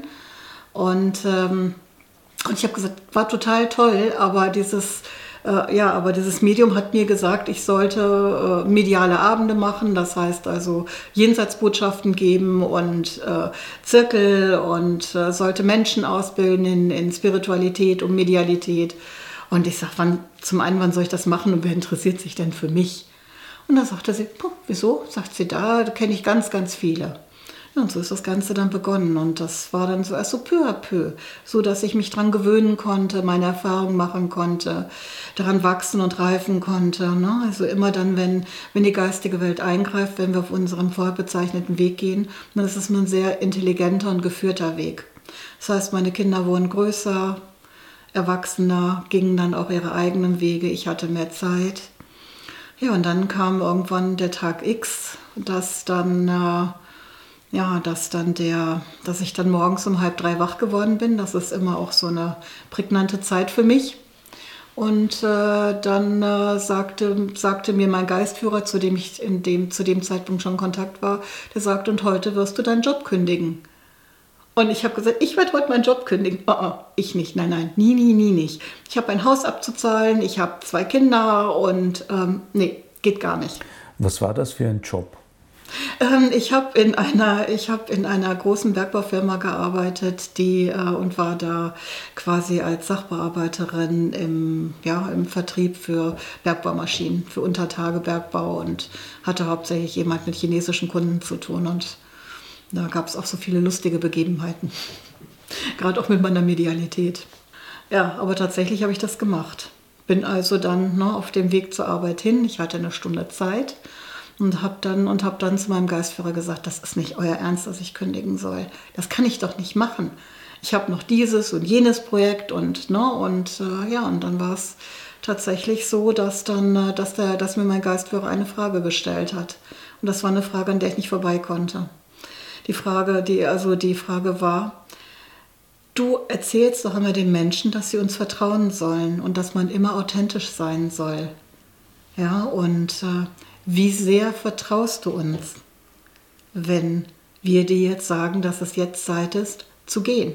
Und, ähm, und ich habe gesagt, war total toll, aber dieses... Ja, aber dieses Medium hat mir gesagt, ich sollte äh, mediale Abende machen, das heißt also Jenseitsbotschaften geben und äh, Zirkel und äh, sollte Menschen ausbilden in, in Spiritualität und Medialität. Und ich sage, wann, zum einen, wann soll ich das machen und wer interessiert sich denn für mich? Und da sagte sie, wieso? Sagt sie, da kenne ich ganz, ganz viele. Ja, und so ist das Ganze dann begonnen und das war dann so erst so peu à peu, so dass ich mich dran gewöhnen konnte, meine Erfahrungen machen konnte, daran wachsen und reifen konnte. Ne? Also immer dann, wenn, wenn die geistige Welt eingreift, wenn wir auf unseren vorbezeichneten Weg gehen, dann ist es nur ein sehr intelligenter und geführter Weg. Das heißt, meine Kinder wurden größer, erwachsener, gingen dann auch ihre eigenen Wege, ich hatte mehr Zeit. Ja, und dann kam irgendwann der Tag X, dass dann... Äh, Ja, dass, dann der, dass ich dann morgens um halb drei wach geworden bin. Das ist immer auch so eine prägnante Zeit für mich. Und äh, dann äh, sagte, sagte mir mein Geistführer, zu dem ich in dem, zu dem Zeitpunkt schon in Kontakt war, der sagte, und heute wirst du deinen Job kündigen. Und ich habe gesagt, ich werde heute meinen Job kündigen. Oh, oh, ich nicht, nein, nein, nie, nie, nie nicht. Ich habe ein Haus abzuzahlen, ich habe zwei Kinder und ähm, nee, geht gar nicht. Was war das für ein Job? Ähm, ich habe in einer, ich habe in einer großen Bergbaufirma gearbeitet, die äh, und war da quasi als Sachbearbeiterin im, ja, im Vertrieb für Bergbaumaschinen, für Untertagebergbau und hatte hauptsächlich jemand mit chinesischen Kunden zu tun und da gab es auch so viele lustige Begebenheiten, gerade auch mit meiner Medialität. Ja, aber tatsächlich habe ich das gemacht. Bin also dann ne, auf dem Weg zur Arbeit hin. Ich hatte eine Stunde Zeit. Und habe dann, und hab dann zu meinem Geistführer gesagt, das ist nicht euer Ernst, dass ich kündigen soll. Das kann ich doch nicht machen. ich habe noch dieses und jenes Projekt und, ne, und äh, ja, und dann war es tatsächlich so, dass, dann, dass, der, dass mir mein Geistführer eine Frage gestellt hat. Und das war eine Frage, an der ich nicht vorbei konnte. Die Frage, die, also die Frage war, du erzählst doch immer den Menschen, dass sie uns vertrauen sollen und dass man immer authentisch sein soll. Ja, und äh, wie sehr vertraust du uns, wenn wir dir jetzt sagen, dass es jetzt Zeit ist, zu gehen?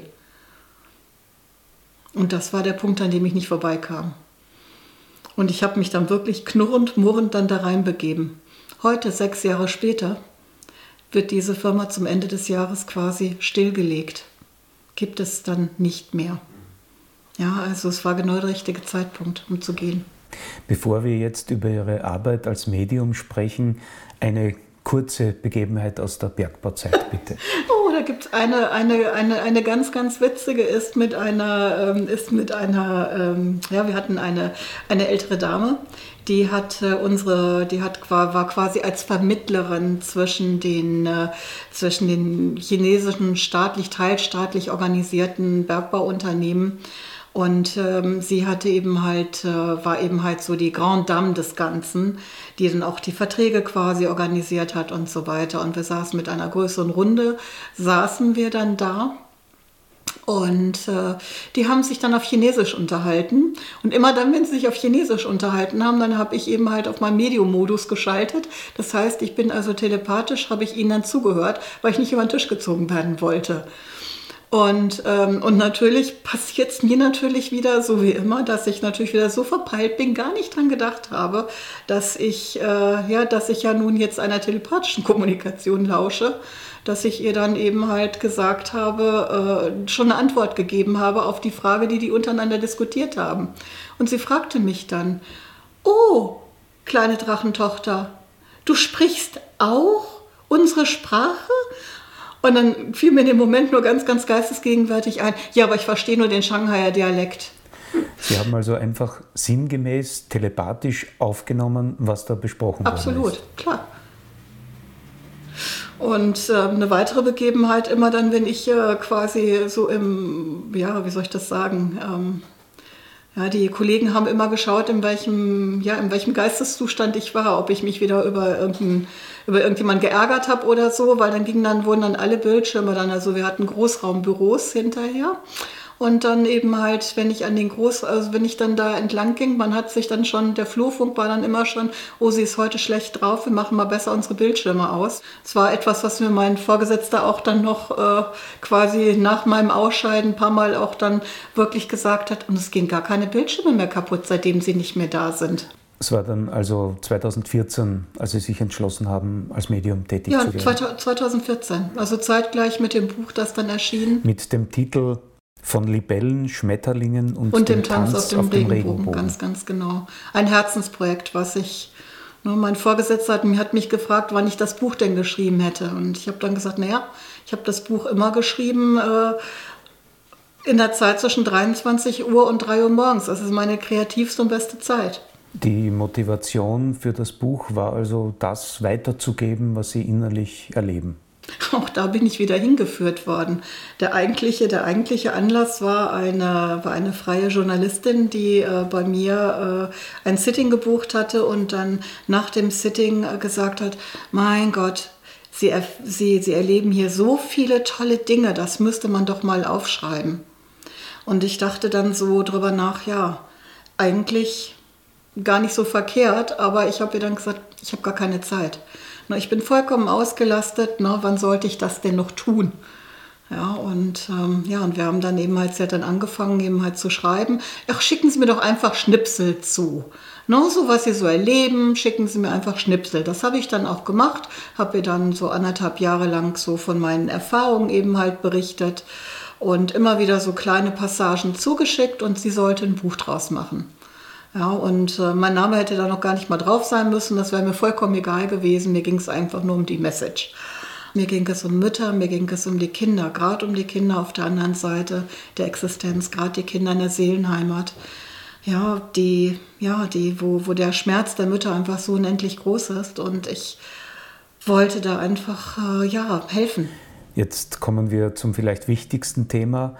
Und das war der Punkt, an dem ich nicht vorbeikam. Und ich habe mich dann wirklich knurrend, murrend dann da reinbegeben. Heute, sechs Jahre später, wird diese Firma zum Ende des Jahres quasi stillgelegt. Gibt es dann nicht mehr. Ja, also es war genau der richtige Zeitpunkt, um zu gehen. Bevor wir jetzt über Ihre Arbeit als Medium sprechen, eine kurze Begebenheit aus der Bergbauzeit, bitte. Oh, da gibt es eine, eine, eine, eine ganz, ganz witzige, ist mit einer, ähm, ist mit einer, ähm, ja, wir hatten eine, eine ältere Dame, die hat äh, unsere, die hat, war, war quasi als Vermittlerin zwischen den, äh, zwischen den chinesischen staatlich, teilstaatlich organisierten Bergbauunternehmen. Und ähm, sie hatte eben halt, äh, war eben halt so die Grande Dame des Ganzen, die dann auch die Verträge quasi organisiert hat und so weiter. Und wir saßen mit einer größeren Runde, saßen wir dann da. Und äh, die haben sich dann auf Chinesisch unterhalten. Und immer dann, wenn sie sich auf Chinesisch unterhalten haben, dann habe ich eben halt auf meinen Medium-Modus geschaltet. Das heißt, ich bin also telepathisch, habe ich ihnen dann zugehört, weil ich nicht über den Tisch gezogen werden wollte. Und, ähm, und natürlich passiert es mir natürlich wieder, so wie immer, dass ich natürlich wieder so verpeilt bin, gar nicht dran gedacht habe, dass ich, äh, ja, dass ich ja nun jetzt einer telepathischen Kommunikation lausche, dass ich ihr dann eben halt gesagt habe, äh, schon eine Antwort gegeben habe auf die Frage, die die untereinander diskutiert haben. Und sie fragte mich dann, oh, kleine Drachentochter, du sprichst auch unsere Sprache? Und dann fiel mir in dem Moment nur ganz, ganz geistesgegenwärtig ein, ja, aber ich verstehe nur den Shanghaier Dialekt. Sie haben also einfach sinngemäß telepathisch aufgenommen, was da besprochen wurde. Absolut, klar. Und äh, eine weitere Begebenheit immer dann, wenn ich äh, quasi so im, ja, wie soll ich das sagen, ähm, ja, die Kollegen haben immer geschaut, in welchem, ja, in welchem Geisteszustand ich war, ob ich mich wieder über, irgendein, über irgendjemanden geärgert habe oder so, weil dann gingen dann, wurden dann alle Bildschirme dann, also wir hatten Großraumbüros hinterher. Und dann eben halt, wenn ich an den Groß, also wenn ich dann da entlang ging, man hat sich dann schon, der Flurfunk war dann immer schon, oh, sie ist heute schlecht drauf, wir machen mal besser unsere Bildschirme aus. Das war etwas, was mir mein Vorgesetzter auch dann noch äh, quasi nach meinem Ausscheiden ein paar Mal auch dann wirklich gesagt hat. Und es gehen gar keine Bildschirme mehr kaputt, seitdem sie nicht mehr da sind. Es war dann also zweitausendvierzehn, als Sie sich entschlossen haben, als Medium tätig ja, zu werden. Ja, zweitausendvierzehn, also zeitgleich mit dem Buch, das dann erschien. Mit dem Titel Von Libellen, Schmetterlingen und, und dem dem Tanz, Tanz auf dem, auf dem Regenbogen. Regenbogen. Ganz, ganz genau. Ein Herzensprojekt, was ich, ne, mein Vorgesetzter hat, hat mich gefragt, wann ich das Buch denn geschrieben hätte. Und ich habe dann gesagt, naja, ich habe das Buch immer geschrieben äh, in der Zeit zwischen dreiundzwanzig Uhr und drei Uhr morgens. Das ist meine kreativste und beste Zeit. Die Motivation für das Buch war also, das weiterzugeben, was Sie innerlich erleben. Auch da bin ich wieder hingeführt worden. Der eigentliche, der eigentliche Anlass war eine, war eine freie Journalistin, die äh, bei mir äh, ein Sitting gebucht hatte und dann nach dem Sitting äh, gesagt hat, mein Gott, sie, er, sie, sie erleben hier so viele tolle Dinge, das müsste man doch mal aufschreiben. Und ich dachte dann so drüber nach, ja, eigentlich gar nicht so verkehrt, aber ich habe ihr dann gesagt, ich habe gar keine Zeit. Na, ich bin vollkommen ausgelastet, na, wann sollte ich das denn noch tun? Ja, und, ähm, ja, und wir haben dann eben halt, sie hat dann angefangen eben halt zu schreiben, ach, schicken Sie mir doch einfach Schnipsel zu. No, so was Sie so erleben, schicken Sie mir einfach Schnipsel. Das habe ich dann auch gemacht, habe ihr dann so anderthalb Jahre lang so von meinen Erfahrungen eben halt berichtet und immer wieder so kleine Passagen zugeschickt und sie sollte ein Buch draus machen. Ja, und äh, mein Name hätte da noch gar nicht mal drauf sein müssen, das wäre mir vollkommen egal gewesen. Mir ging es einfach nur um die Message. Mir ging es um Mütter, mir ging es um die Kinder, gerade um die Kinder auf der anderen Seite der Existenz, gerade die Kinder in der Seelenheimat. Ja, die, ja, die, wo, wo der Schmerz der Mütter einfach so unendlich groß ist und ich wollte da einfach äh, ja, helfen. Jetzt kommen wir zum vielleicht wichtigsten Thema.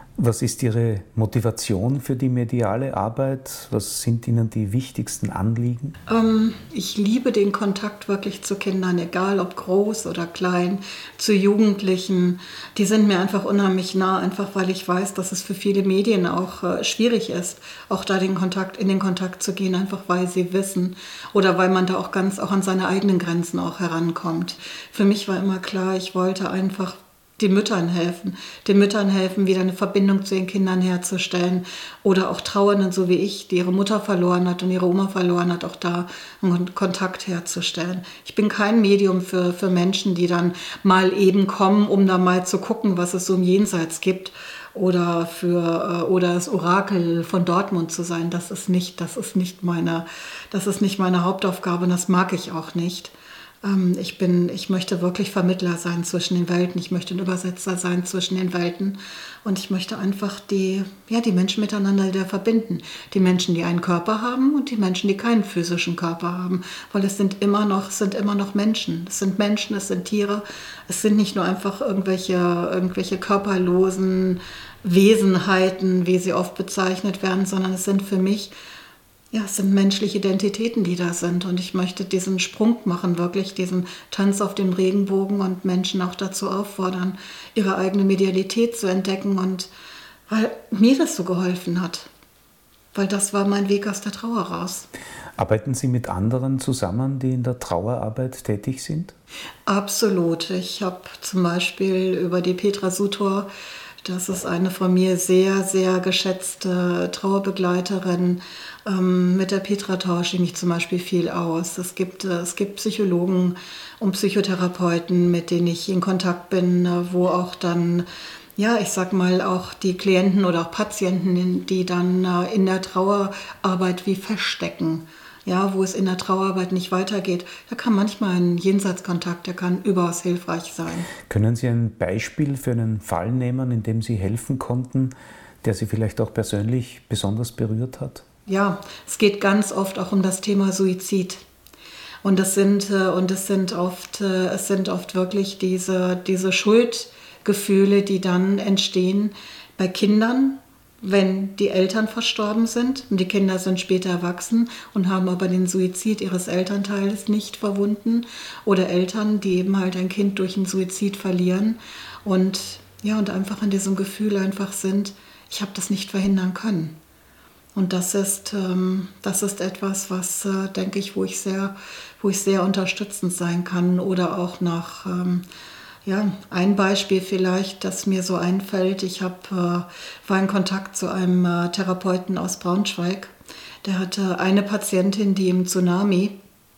Was ist Ihre Motivation für die mediale Arbeit? Was sind Ihnen die wichtigsten Anliegen? Ähm, ich liebe den Kontakt wirklich zu Kindern, egal ob groß oder klein, zu Jugendlichen. Die sind mir einfach unheimlich nah, einfach weil ich weiß, dass es für viele Medien auch äh, schwierig ist, auch da den Kontakt, in den Kontakt zu gehen, einfach weil sie wissen oder weil man da auch ganz auch an seine eigenen Grenzen auch herankommt. Für mich war immer klar, ich wollte einfach den Müttern helfen, den Müttern helfen, wieder eine Verbindung zu den Kindern herzustellen oder auch Trauernden, so wie ich, die ihre Mutter verloren hat und ihre Oma verloren hat, auch da einen Kontakt herzustellen. Ich bin kein Medium für, für Menschen, die dann mal eben kommen, um da mal zu gucken, was es so im Jenseits gibt oder für oder das Orakel von Dortmund zu sein. Das ist nicht, das ist nicht meine, das ist nicht meine Hauptaufgabe und das mag ich auch nicht. Ich bin, ich möchte wirklich Vermittler sein zwischen den Welten. Ich möchte ein Übersetzer sein zwischen den Welten. Und ich möchte einfach die, ja, die Menschen miteinander wieder verbinden. Die Menschen, die einen Körper haben und die Menschen, die keinen physischen Körper haben. Weil es sind immer noch, es sind immer noch Menschen. Es sind Menschen, es sind Tiere. Es sind nicht nur einfach irgendwelche, irgendwelche körperlosen Wesenheiten, wie sie oft bezeichnet werden, sondern es sind für mich Ja, es sind menschliche Identitäten, die da sind. Und ich möchte diesen Sprung machen, wirklich diesen Tanz auf dem Regenbogen und Menschen auch dazu auffordern, ihre eigene Medialität zu entdecken. Und weil mir das so geholfen hat. Weil das war mein Weg aus der Trauer raus. Arbeiten Sie mit anderen zusammen, die in der Trauerarbeit tätig sind? Absolut. Ich habe zum Beispiel über die Petra Sutor, das ist eine von mir sehr, sehr geschätzte Trauerbegleiterin. Ähm, mit der Petra tausche ich mich zum Beispiel viel aus. Es gibt, äh, es gibt Psychologen und Psychotherapeuten, mit denen ich in Kontakt bin, äh, wo auch dann, ja, ich sag mal, auch die Klienten oder auch Patienten, die dann äh, in der Trauerarbeit wie feststecken. Ja, wo es in der Trauerarbeit nicht weitergeht. Da kann manchmal ein Jenseitskontakt, der kann überaus hilfreich sein. Können Sie ein Beispiel für einen Fall nehmen, in dem Sie helfen konnten, der Sie vielleicht auch persönlich besonders berührt hat? Ja, es geht ganz oft auch um das Thema Suizid. Und das sind, und das sind oft, es sind oft wirklich diese, diese Schuldgefühle, die dann entstehen bei Kindern, wenn die Eltern verstorben sind und die Kinder sind später erwachsen und haben aber den Suizid ihres Elternteils nicht verwunden oder Eltern, die eben halt ein Kind durch einen Suizid verlieren und ja und einfach in diesem Gefühl einfach sind, ich habe das nicht verhindern können. Und das ist, ähm, das ist etwas, was, äh, denke ich, wo ich sehr, wo ich sehr unterstützend sein kann oder auch nach ähm, Ja, ein Beispiel vielleicht, das mir so einfällt. Ich hab, äh, war in Kontakt zu einem äh, Therapeuten aus Braunschweig. Der hatte eine Patientin, die im Tsunami,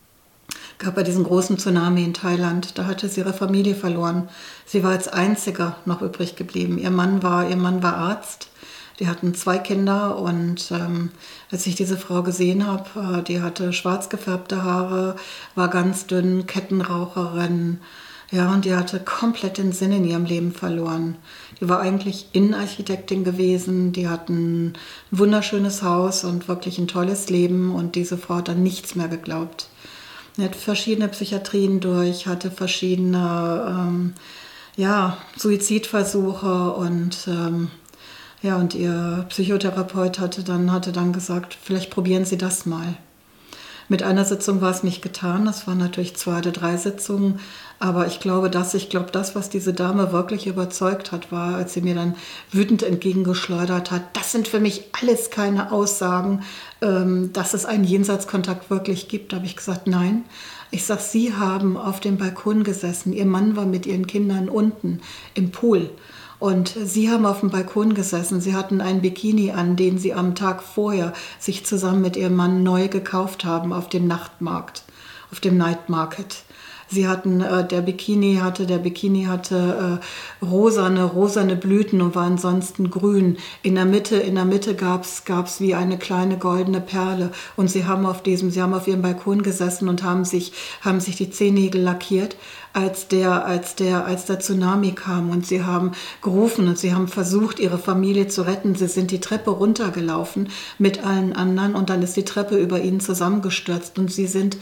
gab bei diesem großen Tsunami in Thailand, da hatte sie ihre Familie verloren. Sie war als Einzige noch übrig geblieben. Ihr Mann war, ihr Mann war Arzt. Die hatten zwei Kinder und ähm, als ich diese Frau gesehen habe, äh, die hatte schwarz gefärbte Haare, war ganz dünn, Kettenraucherin. Ja, und die hatte komplett den Sinn in ihrem Leben verloren. Die war eigentlich Innenarchitektin gewesen, die hatten ein wunderschönes Haus und wirklich ein tolles Leben und diese Frau hat an nichts mehr geglaubt. Sie hat verschiedene Psychiatrien durch, hatte verschiedene ähm, ja, Suizidversuche und, ähm, ja, und ihr Psychotherapeut hatte dann, hatte dann gesagt, vielleicht probieren Sie das mal. Mit einer Sitzung war es nicht getan, das waren natürlich zwei oder drei Sitzungen, aber ich glaube, dass ich glaube, das, was diese Dame wirklich überzeugt hat, war, als sie mir dann wütend entgegengeschleudert hat, das sind für mich alles keine Aussagen, ähm, dass es einen Jenseitskontakt wirklich gibt. Da habe ich gesagt, nein. Ich sage, Sie haben auf dem Balkon gesessen, Ihr Mann war mit Ihren Kindern unten im Pool. Und sie haben auf dem Balkon gesessen, sie hatten einen Bikini an, den sie am Tag vorher sich zusammen mit ihrem Mann neu gekauft haben auf dem Nachtmarkt, auf dem Night Market. Sie hatten, äh, der Bikini hatte, der Bikini hatte äh, rosane, rosane Blüten und war ansonsten grün. In der Mitte, in der Mitte gab's, gab's wie eine kleine goldene Perle. Und sie haben auf diesem, sie haben auf ihrem Balkon gesessen und haben sich, haben sich die Zehennägel lackiert, als der, als der, als der Tsunami kam. Und sie haben gerufen und sie haben versucht, ihre Familie zu retten. Sie sind die Treppe runtergelaufen mit allen anderen und dann ist die Treppe über ihnen zusammengestürzt und sie sind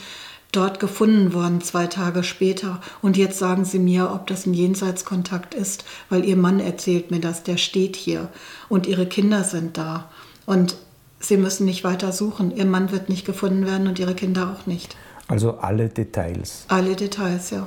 dort gefunden worden, zwei Tage später. Und jetzt sagen Sie mir, ob das ein Jenseitskontakt ist, weil Ihr Mann erzählt mir das, der steht hier und Ihre Kinder sind da. Und Sie müssen nicht weiter suchen. Ihr Mann wird nicht gefunden werden und Ihre Kinder auch nicht. Also alle Details. Alle Details, ja.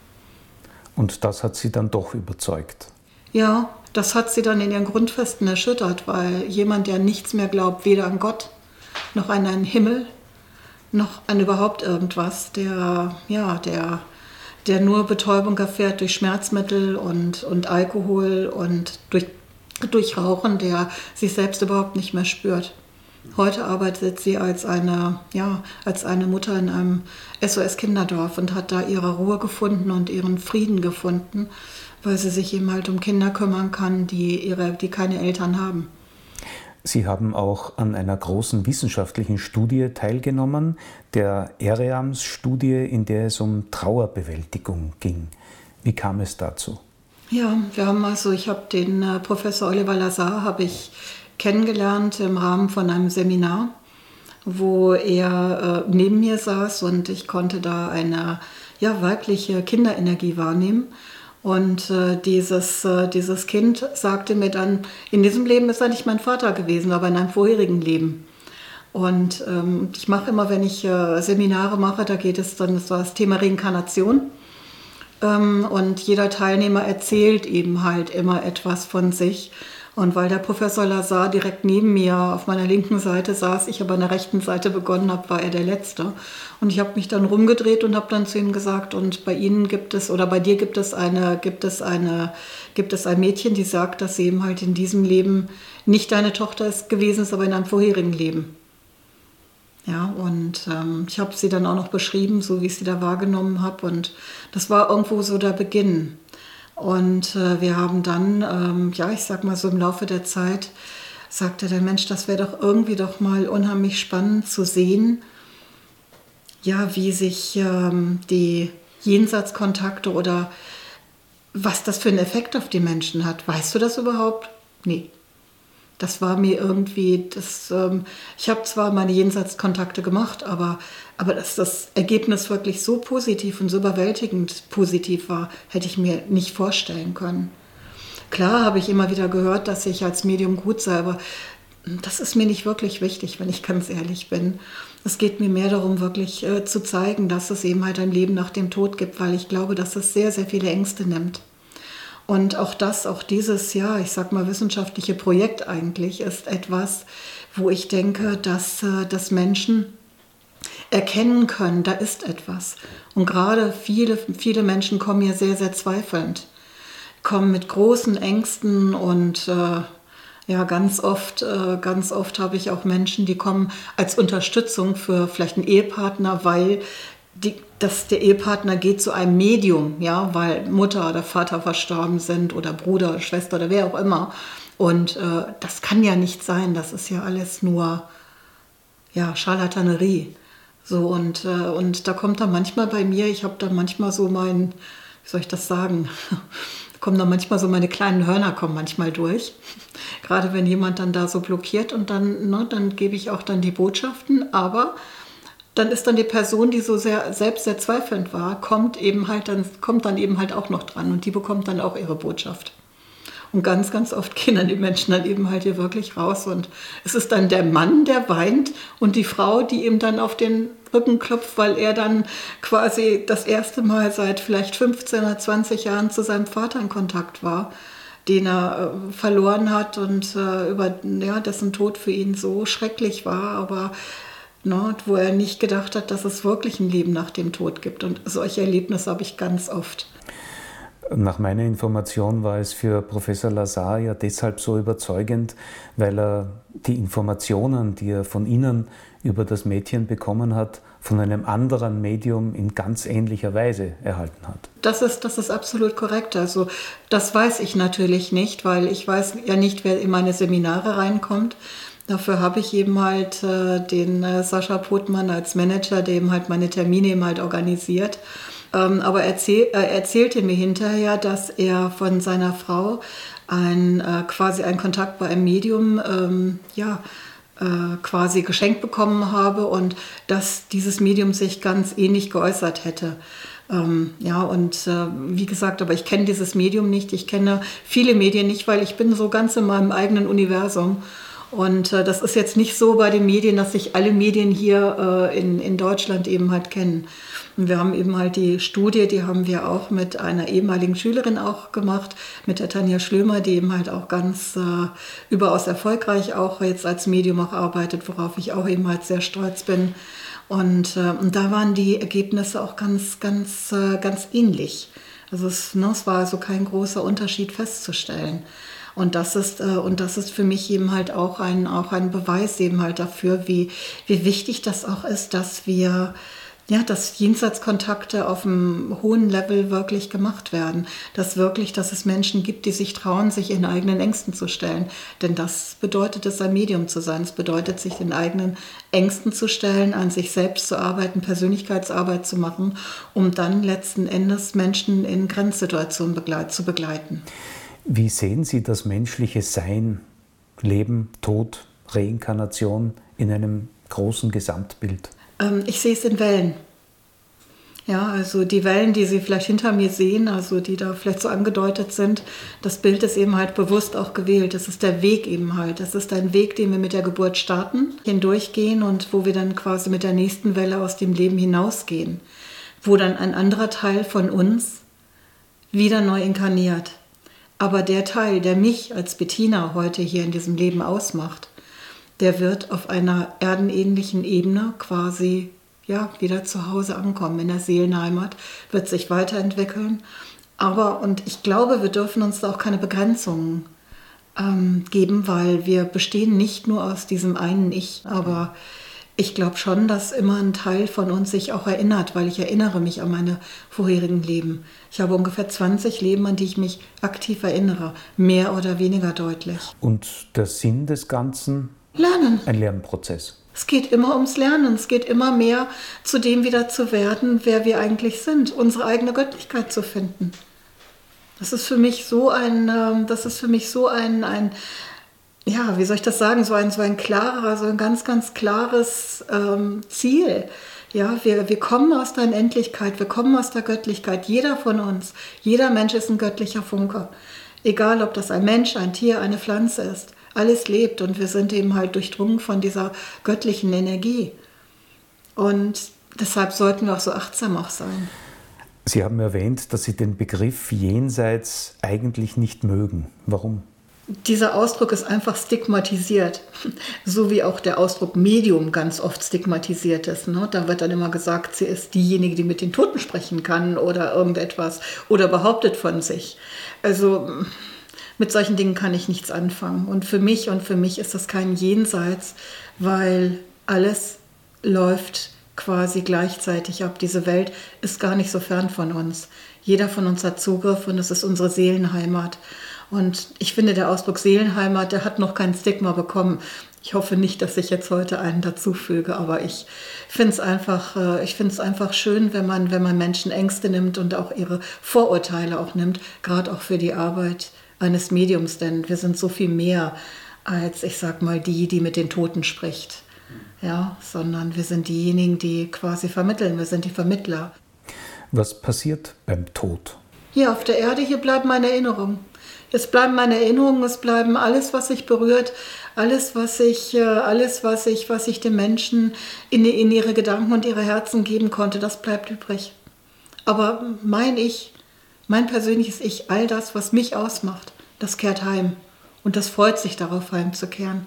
Und das hat Sie dann doch überzeugt? Ja, das hat sie dann in ihren Grundfesten erschüttert, weil jemand, der nichts mehr glaubt, weder an Gott, noch an einen Himmel, noch an überhaupt irgendwas, der, ja, der, der nur Betäubung erfährt durch Schmerzmittel und, und Alkohol und durch, durch Rauchen, der sich selbst überhaupt nicht mehr spürt. Heute arbeitet sie als eine, ja, als eine Mutter in einem S O S-Kinderdorf und hat da ihre Ruhe gefunden und ihren Frieden gefunden, weil sie sich eben halt um Kinder kümmern kann, die, ihre, die keine Eltern haben. Sie haben auch an einer großen wissenschaftlichen Studie teilgenommen, der EREAMS-Studie, in der es um Trauerbewältigung ging. Wie kam es dazu? Ja, wir haben also, ich habe den äh, Professor Oliver Lazar habe ich kennengelernt im Rahmen von einem Seminar, wo er äh, neben mir saß und ich konnte da eine ja, weibliche Kinderenergie wahrnehmen. Und äh, dieses, äh, dieses Kind sagte mir dann, in diesem Leben ist er nicht mein Vater gewesen, aber in einem vorherigen Leben. Und ähm, ich mache immer, wenn ich äh, Seminare mache, da geht es dann so das Thema Reinkarnation. Ähm, und jeder Teilnehmer erzählt eben halt immer etwas von sich. Und weil der Professor Lazar direkt neben mir auf meiner linken Seite saß, ich aber an der rechten Seite begonnen habe, war er der Letzte. Und ich habe mich dann rumgedreht und habe dann zu ihm gesagt, und bei Ihnen gibt es, oder bei dir gibt es eine, gibt es eine, gibt es ein Mädchen, die sagt, dass sie eben halt in diesem Leben nicht deine Tochter ist, gewesen ist, aber in einem vorherigen Leben. Ja, und ähm, ich habe sie dann auch noch beschrieben, so wie ich sie da wahrgenommen habe. Und das war irgendwo so der Beginn. Und äh, wir haben dann, ähm, ja, ich sag mal so im Laufe der Zeit, sagte der Mensch, das wäre doch irgendwie doch mal unheimlich spannend zu sehen, ja, wie sich ähm, die Jenseitskontakte oder was das für einen Effekt auf die Menschen hat. Weißt du das überhaupt? Nee. Das war mir irgendwie, das, ähm, ich habe zwar meine Jenseitskontakte gemacht, aber, aber dass das Ergebnis wirklich so positiv und so überwältigend positiv war, hätte ich mir nicht vorstellen können. Klar habe ich immer wieder gehört, dass ich als Medium gut sei, aber das ist mir nicht wirklich wichtig, wenn ich ganz ehrlich bin. Es geht mir mehr darum, wirklich äh, zu zeigen, dass es eben halt ein Leben nach dem Tod gibt, weil ich glaube, dass es sehr, sehr viele Ängste nimmt. Und auch das, auch dieses, ja, ich sag mal, wissenschaftliche Projekt eigentlich ist etwas, wo ich denke, dass, dass Menschen erkennen können, da ist etwas. Und gerade viele, viele Menschen kommen hier sehr, sehr zweifelnd, kommen mit großen Ängsten und äh, ja, ganz oft, äh, ganz oft habe ich auch Menschen, die kommen als Unterstützung für vielleicht einen Ehepartner, weil Die, dass der Ehepartner geht zu einem Medium, ja, weil Mutter oder Vater verstorben sind oder Bruder oder Schwester oder wer auch immer. Und äh, das kann ja nicht sein, das ist ja alles nur ja, Scharlatanerie. So, und, äh, und da kommt dann manchmal bei mir, ich habe dann manchmal so mein, wie soll ich das sagen, kommen dann manchmal so meine kleinen Hörner kommen manchmal durch. Gerade wenn jemand dann da so blockiert und dann, ne, dann gebe ich auch dann die Botschaften, aber dann ist dann die Person, die so sehr selbst sehr zweifelnd war, kommt eben halt dann, kommt dann eben halt auch noch dran und die bekommt dann auch ihre Botschaft. Und ganz, ganz oft gehen dann die Menschen dann eben halt hier wirklich raus und es ist dann der Mann, der weint und die Frau, die ihm dann auf den Rücken klopft, weil er dann quasi das erste Mal seit vielleicht fünfzehn oder zwanzig Jahren zu seinem Vater in Kontakt war, den er äh, verloren hat und äh, über ja, dessen Tod für ihn so schrecklich war, aber No, wo er nicht gedacht hat, dass es wirklich ein Leben nach dem Tod gibt. Und solche Erlebnisse habe ich ganz oft. Nach meiner Information war es für Professor Lazar ja deshalb so überzeugend, weil er die Informationen, die er von Ihnen über das Mädchen bekommen hat, von einem anderen Medium in ganz ähnlicher Weise erhalten hat. Das ist, das ist absolut korrekt. Also das weiß ich natürlich nicht, weil ich weiß ja nicht, wer in meine Seminare reinkommt. Dafür habe ich eben halt äh, den äh, Sascha Potmann als Manager, der eben halt meine Termine eben halt organisiert. Ähm, aber er erzähl, äh, erzählte mir hinterher, dass er von seiner Frau ein, äh, quasi einen Kontakt bei einem Medium ähm, ja, äh, quasi geschenkt bekommen habe und dass dieses Medium sich ganz ähnlich geäußert hätte. Ähm, ja, und äh, wie gesagt, aber ich kenne dieses Medium nicht, ich kenne viele Medien nicht, weil ich bin so ganz in meinem eigenen Universum. Und äh, das ist jetzt nicht so bei den Medien, dass sich alle Medien hier äh, in, in Deutschland eben halt kennen. Und wir haben eben halt die Studie, die haben wir auch mit einer ehemaligen Schülerin auch gemacht, mit der Tanja Schlömer, die eben halt auch ganz äh, überaus erfolgreich auch jetzt als Medium auch arbeitet, worauf ich auch eben halt sehr stolz bin. Und, äh, und da waren die Ergebnisse auch ganz, ganz, äh, ganz ähnlich. Also es, ne, es war also kein großer Unterschied festzustellen. Und das ist, äh, und das ist für mich eben halt auch ein, auch ein Beweis eben halt dafür, wie, wie wichtig das auch ist, dass wir, ja, dass Jenseitskontakte auf einem hohen Level wirklich gemacht werden. Dass wirklich, dass es Menschen gibt, die sich trauen, sich ihren eigenen Ängsten zu stellen. Denn das bedeutet es, ein Medium zu sein. Es bedeutet, sich den eigenen Ängsten zu stellen, an sich selbst zu arbeiten, Persönlichkeitsarbeit zu machen, um dann letzten Endes Menschen in Grenzsituationen begleit- zu begleiten. Wie sehen Sie das menschliche Sein, Leben, Tod, Reinkarnation in einem großen Gesamtbild? Ähm, ich sehe es in Wellen. Ja, also die Wellen, die Sie vielleicht hinter mir sehen, also die da vielleicht so angedeutet sind, das Bild ist eben halt bewusst auch gewählt. Das ist der Weg eben halt. Das ist ein Weg, den wir mit der Geburt starten, hindurchgehen und wo wir dann quasi mit der nächsten Welle aus dem Leben hinausgehen. Wo dann ein anderer Teil von uns wieder neu inkarniert. Aber der Teil, der mich als Bettina heute hier in diesem Leben ausmacht, der wird auf einer erdenähnlichen Ebene quasi ja, wieder zu Hause ankommen, in der Seelenheimat, wird sich weiterentwickeln. Aber, und ich glaube, wir dürfen uns da auch keine Begrenzungen ähm, geben, weil wir bestehen nicht nur aus diesem einen Ich, aber ich glaube schon, dass immer ein Teil von uns sich auch erinnert, weil ich erinnere mich an meine vorherigen Leben. Ich habe ungefähr zwanzig Leben, an die ich mich aktiv erinnere, mehr oder weniger deutlich. Und der Sinn des Ganzen? Lernen. Ein Lernprozess. Es geht immer ums Lernen, es geht immer mehr zu dem wieder zu werden, wer wir eigentlich sind, unsere eigene Göttlichkeit zu finden. Das ist für mich so ein, das ist für mich so ein, ein ja, wie soll ich das sagen, so ein, so ein klarer, so ein ganz, ganz klares ähm, Ziel. Ja, wir, wir kommen aus der Unendlichkeit, wir kommen aus der Göttlichkeit, jeder von uns, jeder Mensch ist ein göttlicher Funke. Egal, ob das ein Mensch, ein Tier, eine Pflanze ist, alles lebt und wir sind eben halt durchdrungen von dieser göttlichen Energie. Und deshalb sollten wir auch so achtsam auch sein. Sie haben erwähnt, dass Sie den Begriff Jenseits eigentlich nicht mögen. Warum? Dieser Ausdruck ist einfach stigmatisiert, so wie auch der Ausdruck Medium ganz oft stigmatisiert ist. Ne? Da wird dann immer gesagt, sie ist diejenige, die mit den Toten sprechen kann oder irgendetwas oder behauptet von sich. Also mit solchen Dingen kann ich nichts anfangen. Und für mich und für mich ist das kein Jenseits, weil alles läuft quasi gleichzeitig ab. Diese Welt ist gar nicht so fern von uns. Jeder von uns hat Zugriff und es ist unsere Seelenheimat. Und ich finde, der Ausdruck Seelenheimat, der hat noch kein Stigma bekommen. Ich hoffe nicht, dass ich jetzt heute einen dazufüge, aber ich finde es einfach, ich finde es einfach schön, wenn man, wenn man Menschen Ängste nimmt und auch ihre Vorurteile auch nimmt, gerade auch für die Arbeit eines Mediums, denn wir sind so viel mehr als, ich sag mal, die, die mit den Toten spricht. Ja, sondern wir sind diejenigen, die quasi vermitteln, wir sind die Vermittler. Was passiert beim Tod? Hier auf der Erde, hier bleiben meine Erinnerungen. Es bleiben meine Erinnerungen, es bleiben alles, was sich berührt, alles, was ich, alles, was ich, was ich den Menschen in, in ihre Gedanken und ihre Herzen geben konnte, das bleibt übrig. Aber mein Ich, mein persönliches Ich, all das, was mich ausmacht, das kehrt heim. Und das freut sich darauf, heimzukehren.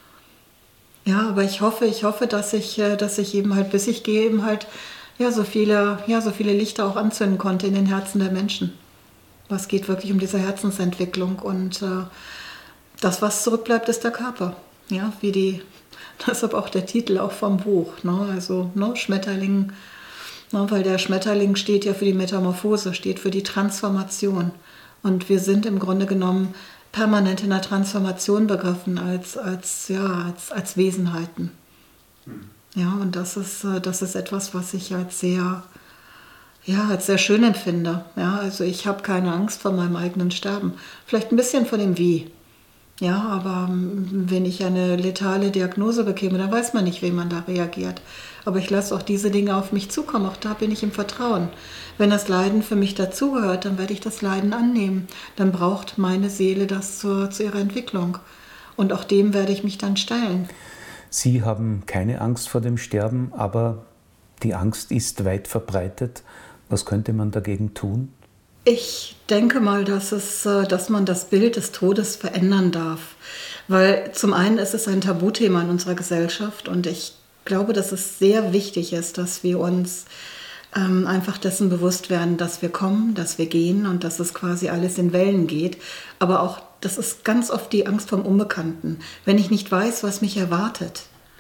Ja, aber ich hoffe, ich hoffe, dass ich, dass ich eben halt, bis ich gehe, eben halt ja, so viele, ja, so viele Lichter auch anzünden konnte in den Herzen der Menschen. Es geht wirklich um diese Herzensentwicklung und äh, das, was zurückbleibt, ist der Körper. Ja, wie die, deshalb auch der Titel auch vom Buch. Ne? Also ne, Schmetterling, ne, weil der Schmetterling steht ja für die Metamorphose, steht für die Transformation. Und wir sind im Grunde genommen permanent in der Transformation begriffen als, als, ja, als, als Wesenheiten. Ja, und das ist, das ist etwas, was ich als sehr... ja, als sehr schön empfinde. Ja, also ich habe keine Angst vor meinem eigenen Sterben. Vielleicht ein bisschen vor dem Wie. Ja, aber wenn ich eine letale Diagnose bekäme, dann weiß man nicht, wie man da reagiert. Aber ich lasse auch diese Dinge auf mich zukommen, auch da bin ich im Vertrauen. Wenn das Leiden für mich dazugehört, dann werde ich das Leiden annehmen. Dann braucht meine Seele das zur, zu ihrer Entwicklung. Und auch dem werde ich mich dann stellen. Sie haben keine Angst vor dem Sterben, aber die Angst ist weit verbreitet. Was könnte man dagegen tun? Ich denke mal, dass, es, dass man das Bild des Todes verändern darf. Weil zum einen ist es ein Tabuthema in unserer Gesellschaft und ich glaube, dass es sehr wichtig ist, dass wir uns ähm, einfach dessen bewusst werden, dass wir kommen, dass wir gehen und dass es quasi alles in Wellen geht. Aber auch, das ist ganz oft die Angst vom Unbekannten. Wenn ich nicht weiß, was mich erwartet,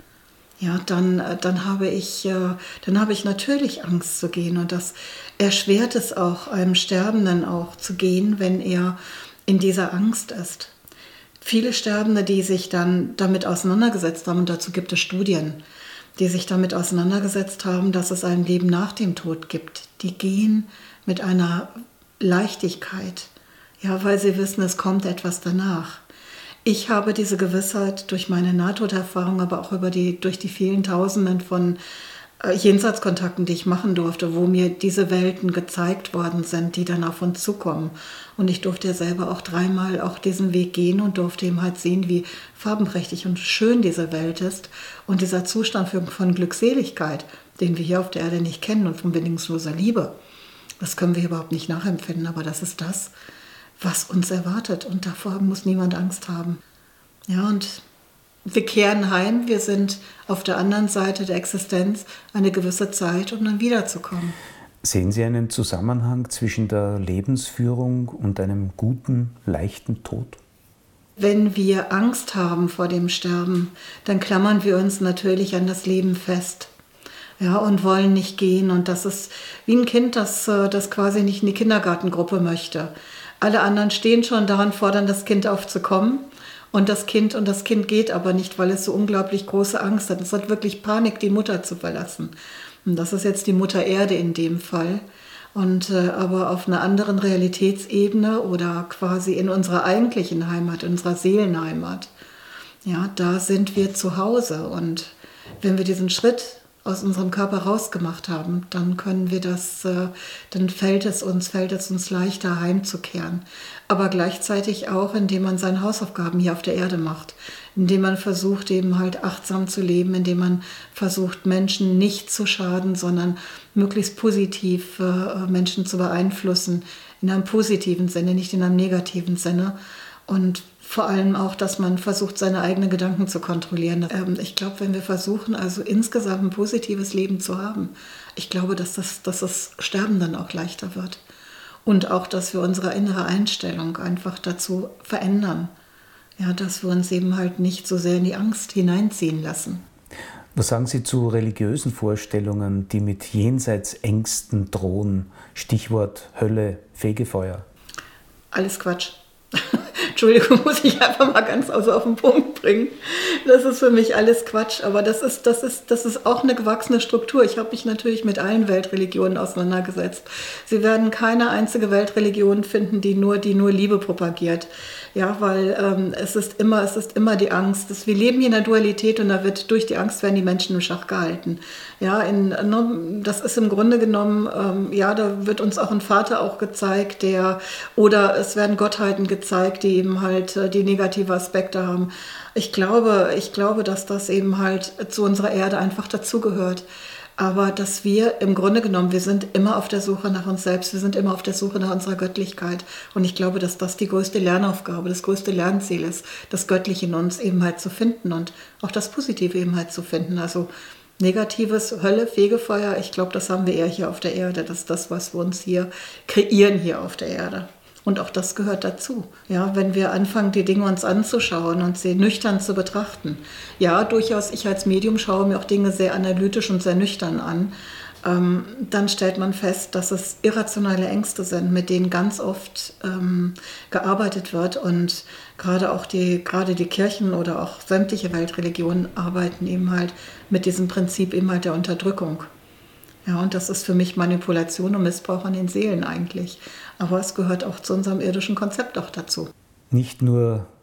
ja, dann, dann, habe ich, dann habe ich natürlich Angst zu gehen. Und das erschwert es auch, einem Sterbenden auch zu gehen, wenn er in dieser Angst ist. Viele Sterbende, die sich dann damit auseinandergesetzt haben, und dazu gibt es Studien, die sich damit auseinandergesetzt haben, dass es ein Leben nach dem Tod gibt, die gehen mit einer Leichtigkeit, ja, weil sie wissen, es kommt etwas danach. Ich habe diese Gewissheit durch meine Nahtoderfahrung, aber auch über die, durch die vielen Tausenden von äh, Jenseitskontakten, die ich machen durfte, wo mir diese Welten gezeigt worden sind, die dann auf uns zukommen. Und ich durfte ja selber auch dreimal auch diesen Weg gehen und durfte eben halt sehen, wie farbenprächtig und schön diese Welt ist. Und dieser Zustand von Glückseligkeit, den wir hier auf der Erde nicht kennen und von bedingungsloser Liebe, das können wir überhaupt nicht nachempfinden, aber das ist das, was uns erwartet. Und davor muss niemand Angst haben. Ja, und wir kehren heim. Wir sind auf der anderen Seite der Existenz eine gewisse Zeit, um dann wiederzukommen. Sehen Sie einen Zusammenhang zwischen der Lebensführung und einem guten, leichten Tod? Wenn wir Angst haben vor dem Sterben, dann klammern wir uns natürlich an das Leben fest. Ja, und wollen nicht gehen. Und das ist wie ein Kind, das, das quasi nicht in die Kindergartengruppe möchte. Alle anderen stehen schon daran, fordern das Kind aufzukommen. Und das Kind und das Kind geht aber nicht, weil es so unglaublich große Angst hat. Es hat wirklich Panik, die Mutter zu verlassen. Und das ist jetzt die Mutter Erde in dem Fall. Und äh, aber auf einer anderen Realitätsebene oder quasi in unserer eigentlichen Heimat, in unserer Seelenheimat, ja, da sind wir zu Hause. Und wenn wir diesen Schritt aus unserem Körper rausgemacht haben, dann können wir das, äh, dann fällt es uns, fällt es uns leichter, heimzukehren. Aber gleichzeitig auch, indem man seine Hausaufgaben hier auf der Erde macht, indem man versucht, eben halt achtsam zu leben, indem man versucht, Menschen nicht zu schaden, sondern möglichst positiv äh, Menschen zu beeinflussen, in einem positiven Sinne, nicht in einem negativen Sinne. Und vor allem auch, dass man versucht, seine eigenen Gedanken zu kontrollieren. Ähm, ich glaube, wenn wir versuchen, also insgesamt ein positives Leben zu haben, ich glaube, dass das, dass das Sterben dann auch leichter wird. Und auch, dass wir unsere innere Einstellung einfach dazu verändern. Ja, dass wir uns eben halt nicht so sehr in die Angst hineinziehen lassen. Was sagen Sie zu religiösen Vorstellungen, die mit Jenseitsängsten drohen? Stichwort Hölle, Fegefeuer. Alles Quatsch. Entschuldigung, muss ich einfach mal ganz also auf den Punkt bringen. Das ist für mich alles Quatsch, aber das ist, das ist, das ist auch eine gewachsene Struktur. Ich habe mich natürlich mit allen Weltreligionen auseinandergesetzt. Sie werden keine einzige Weltreligion finden, die nur, die nur Liebe propagiert. Ja, weil ähm, es ist immer, es ist immer die Angst. Dass wir leben hier in der Dualität und da wird durch die Angst werden die Menschen im Schach gehalten. Ja, in, das ist im Grunde genommen, ähm, ja, da wird uns auch ein Vater auch gezeigt, der, oder es werden Gottheiten gezeigt, die eben halt äh, die negative Aspekte haben. Ich glaube, ich glaube, dass das eben halt zu unserer Erde einfach dazugehört. Aber dass wir im Grunde genommen, wir sind immer auf der Suche nach uns selbst, wir sind immer auf der Suche nach unserer Göttlichkeit. Und ich glaube, dass das die größte Lernaufgabe, das größte Lernziel ist, das Göttliche in uns eben halt zu finden und auch das Positive eben halt zu finden. Also Negatives, Hölle, Fegefeuer, ich glaube, das haben wir eher hier auf der Erde. Das ist das, was wir uns hier kreieren hier auf der Erde. Und auch das gehört dazu. Ja, wenn wir anfangen, die Dinge uns anzuschauen und sie nüchtern zu betrachten. Ja, durchaus, ich als Medium schaue mir auch Dinge sehr analytisch und sehr nüchtern an. Ähm, dann stellt man fest, dass es irrationale Ängste sind, mit denen ganz oft ähm, gearbeitet wird. Und gerade auch die, gerade die Kirchen oder auch sämtliche Weltreligionen arbeiten eben halt mit diesem Prinzip eben halt der Unterdrückung. Ja, und das ist für mich Manipulation und Missbrauch an den Seelen eigentlich. Aber es gehört auch zu unserem irdischen Konzept auch dazu. Nicht nur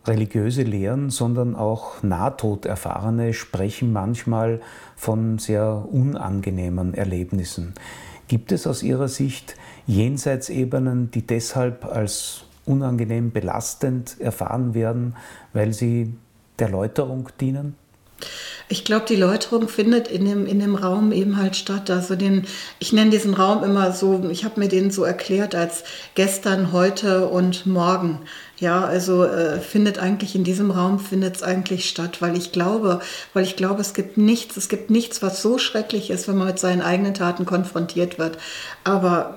religiöse Lehren, sondern auch Nahtoderfahrene sprechen manchmal von sehr unangenehmen Erlebnissen. Gibt es aus Ihrer Sicht Jenseitsebenen, die deshalb als unangenehm belastend erfahren werden, weil sie der Läuterung dienen? Ich glaube, die Läuterung findet in dem, in dem Raum eben halt statt. Also den, ich nenne diesen Raum immer so, ich habe mir den so erklärt als gestern, heute und morgen. Ja, also äh, findet eigentlich in diesem Raum findet es eigentlich statt, weil ich glaube, weil ich glaube, es gibt nichts, es gibt nichts, was so schrecklich ist, wenn man mit seinen eigenen Taten konfrontiert wird. Aber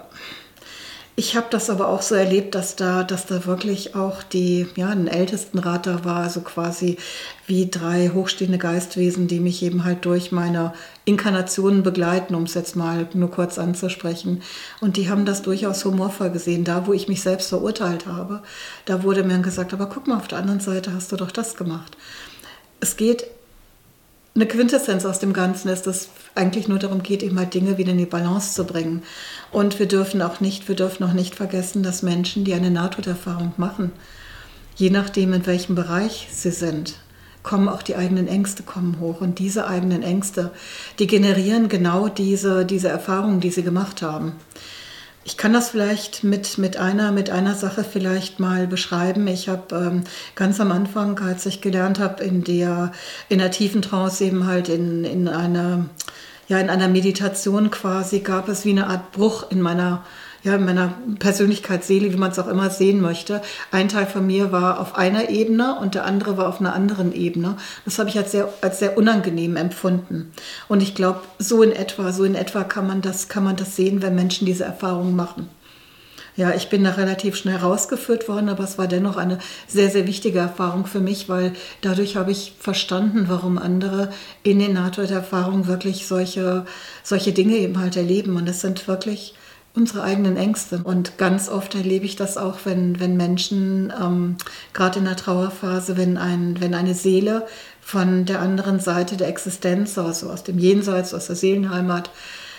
ich habe das aber auch so erlebt, dass da, dass da wirklich auch die, ja, ein Ältestenrat da war, also quasi wie drei hochstehende Geistwesen, die mich eben halt durch meine Inkarnationen begleiten, um es jetzt mal nur kurz anzusprechen. Und die haben das durchaus humorvoll gesehen. Da, wo ich mich selbst verurteilt habe, da wurde mir gesagt, aber guck mal, auf der anderen Seite hast du doch das gemacht. Es geht, eine Quintessenz aus dem Ganzen ist, dass eigentlich nur darum geht, eben halt Dinge wieder in die Balance zu bringen. Und wir dürfen auch nicht, wir dürfen auch nicht vergessen, dass Menschen, die eine Nahtoderfahrung machen, je nachdem, in welchem Bereich sie sind, kommen auch die eigenen Ängste kommen hoch. Und diese eigenen Ängste, die generieren genau diese, diese Erfahrungen, die sie gemacht haben. Ich kann das vielleicht mit, mit, einer, mit einer Sache vielleicht mal beschreiben. Ich habe ähm, ganz am Anfang, als ich gelernt habe, in der, in der tiefen Trance eben halt in, in, einer, ja, in einer Meditation quasi, gab es wie eine Art Bruch in meiner, ja, in meiner Persönlichkeitsseele, wie man es auch immer sehen möchte. Ein Teil von mir war auf einer Ebene und der andere war auf einer anderen Ebene. Das habe ich als sehr, als sehr unangenehm empfunden. Und ich glaube, so in etwa, so in etwa kann man das, kann man das sehen, wenn Menschen diese Erfahrungen machen. Ja, ich bin da relativ schnell rausgeführt worden, aber es war dennoch eine sehr, sehr wichtige Erfahrung für mich, weil dadurch habe ich verstanden, warum andere in den Nahtoderfahrungen wirklich solche, solche Dinge eben halt erleben. Und es sind wirklich unsere eigenen Ängste. Und ganz oft erlebe ich das auch, wenn, wenn Menschen, ähm, gerade in der Trauerphase, wenn, ein, wenn eine Seele von der anderen Seite der Existenz, also aus dem Jenseits, aus der Seelenheimat,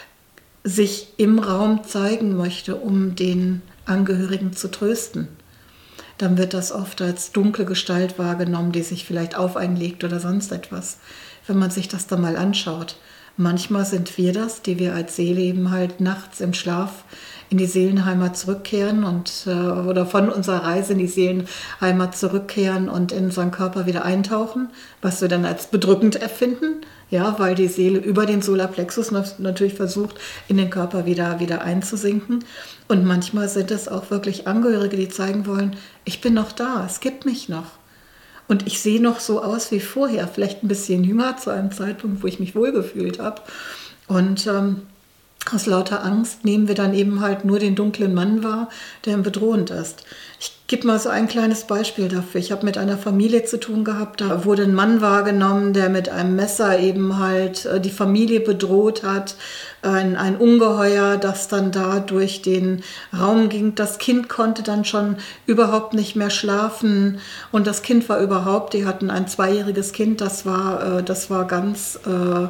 sich im Raum zeigen möchte, um den Angehörigen zu trösten, dann wird das oft als dunkle Gestalt wahrgenommen, die sich vielleicht auf einen legt oder sonst etwas. Wenn man sich das dann mal anschaut. Manchmal sind wir das, die wir als Seele eben halt nachts im Schlaf in die Seelenheimat zurückkehren und äh, oder von unserer Reise in die Seelenheimat zurückkehren und in unseren Körper wieder eintauchen, was wir dann als bedrückend empfinden, ja, weil die Seele über den Solarplexus natürlich versucht, in den Körper wieder, wieder einzusinken. Und manchmal sind es auch wirklich Angehörige, die zeigen wollen, ich bin noch da, es gibt mich noch. Und ich sehe noch so aus wie vorher, vielleicht ein bisschen jünger, zu einem Zeitpunkt, wo ich mich wohlgefühlt habe. Und ähm, aus lauter Angst nehmen wir dann eben halt nur den dunklen Mann wahr, der bedrohend ist. Ich gebe mal so ein kleines Beispiel dafür. Ich habe mit einer Familie zu tun gehabt, da wurde ein Mann wahrgenommen, der mit einem Messer eben halt die Familie bedroht hat. Ein, ein Ungeheuer, das dann da durch den Raum ging. Das Kind konnte dann schon überhaupt nicht mehr schlafen. Und das Kind war überhaupt, die hatten ein zweijähriges Kind, das war, das war ganz... Äh,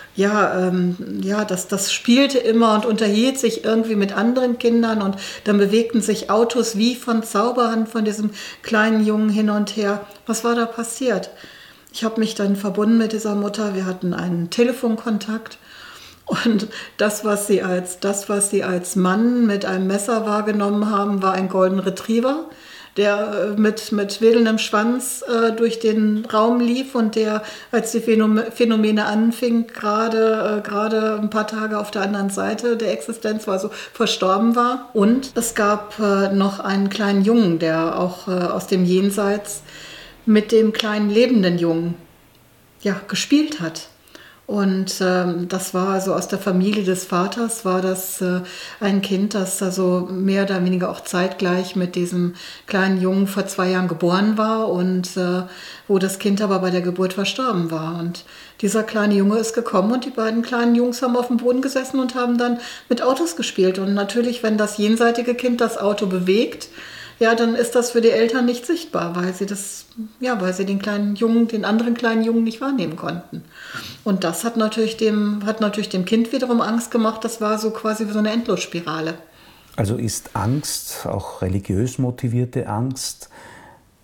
Ja, ähm, ja das, das spielte immer und unterhielt sich irgendwie mit anderen Kindern und dann bewegten sich Autos wie von Zauberhand von diesem kleinen Jungen hin und her. Was war da passiert? Ich habe mich dann verbunden mit dieser Mutter, wir hatten einen Telefonkontakt und das, was sie als, das, was sie als Mann mit einem Messer wahrgenommen haben, war ein Golden Retriever, der mit, mit wedelndem Schwanz äh, durch den Raum lief und der, als die Phänomene anfing, gerade äh, gerade ein paar Tage auf der anderen Seite der Existenz war, also verstorben war. Und es gab äh, noch einen kleinen Jungen, der auch äh, aus dem Jenseits mit dem kleinen lebenden Jungen ja, gespielt hat. Und ähm, das war also aus der Familie des Vaters, war das äh, ein Kind, das also mehr oder weniger auch zeitgleich mit diesem kleinen Jungen vor zwei Jahren geboren war und äh, wo das Kind aber bei der Geburt verstorben war. Und dieser kleine Junge ist gekommen und die beiden kleinen Jungs haben auf dem Boden gesessen und haben dann mit Autos gespielt. Und natürlich, wenn das jenseitige Kind das Auto bewegt, ja, dann ist das für die Eltern nicht sichtbar, weil sie das, ja, weil sie den kleinen Jungen, den anderen kleinen Jungen nicht wahrnehmen konnten. Und das hat natürlich dem, hat natürlich dem Kind wiederum Angst gemacht. Das war so quasi wie so eine Endlosspirale. Also ist Angst, auch religiös motivierte Angst,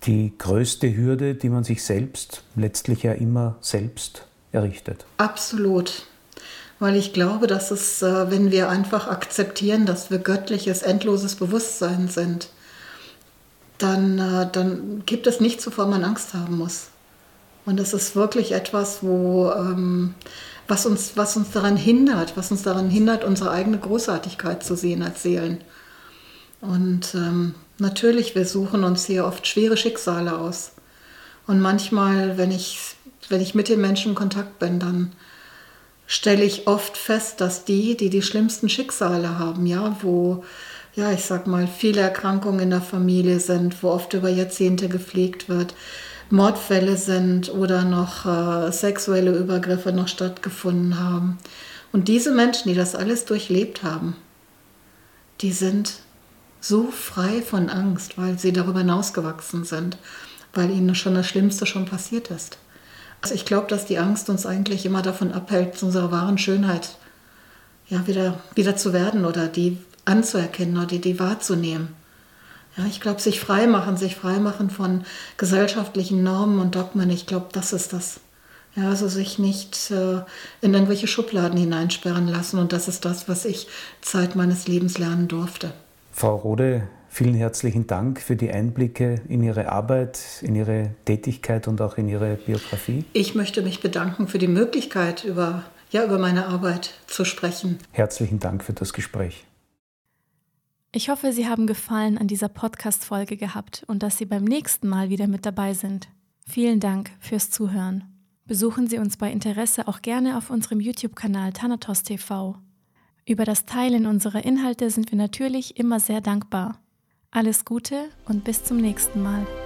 die größte Hürde, die man sich selbst, letztlich ja immer selbst errichtet. Absolut. Weil ich glaube, dass es, wenn wir einfach akzeptieren, dass wir göttliches, endloses Bewusstsein sind, dann, dann gibt es nichts, wovor man Angst haben muss. Und es ist wirklich etwas, wo, ähm, was, uns, was uns daran hindert, was uns daran hindert, unsere eigene Großartigkeit zu sehen als Seelen. Und ähm, natürlich, wir suchen uns hier oft schwere Schicksale aus. Und manchmal, wenn ich, wenn ich mit den Menschen in Kontakt bin, dann stelle ich oft fest, dass die, die die schlimmsten Schicksale haben, ja, wo, ja, ich sag mal, viele Erkrankungen in der Familie sind, wo oft über Jahrzehnte gepflegt wird, Mordfälle sind oder noch äh, sexuelle Übergriffe noch stattgefunden haben. Und diese Menschen, die das alles durchlebt haben, die sind so frei von Angst, weil sie darüber hinausgewachsen sind, weil ihnen schon das Schlimmste schon passiert ist. Also ich glaube, dass die Angst uns eigentlich immer davon abhält, zu unserer wahren Schönheit ja, wieder, wieder zu werden oder die anzuerkennen oder die, die wahrzunehmen. Ja, ich glaube, sich frei machen, sich frei machen von gesellschaftlichen Normen und Dogmen, ich glaube, das ist das. Ja, also sich nicht äh, in irgendwelche Schubladen hineinsperren lassen, und das ist das, was ich Zeit meines Lebens lernen durfte. Frau Rode, vielen herzlichen Dank für die Einblicke in Ihre Arbeit, in Ihre Tätigkeit und auch in Ihre Biografie. Ich möchte mich bedanken für die Möglichkeit, über, ja, über meine Arbeit zu sprechen. Herzlichen Dank für das Gespräch. Ich hoffe, Sie haben Gefallen an dieser Podcast-Folge gehabt und dass Sie beim nächsten Mal wieder mit dabei sind. Vielen Dank fürs Zuhören. Besuchen Sie uns bei Interesse auch gerne auf unserem YouTube-Kanal Thanatos T V. Über das Teilen unserer Inhalte sind wir natürlich immer sehr dankbar. Alles Gute und bis zum nächsten Mal.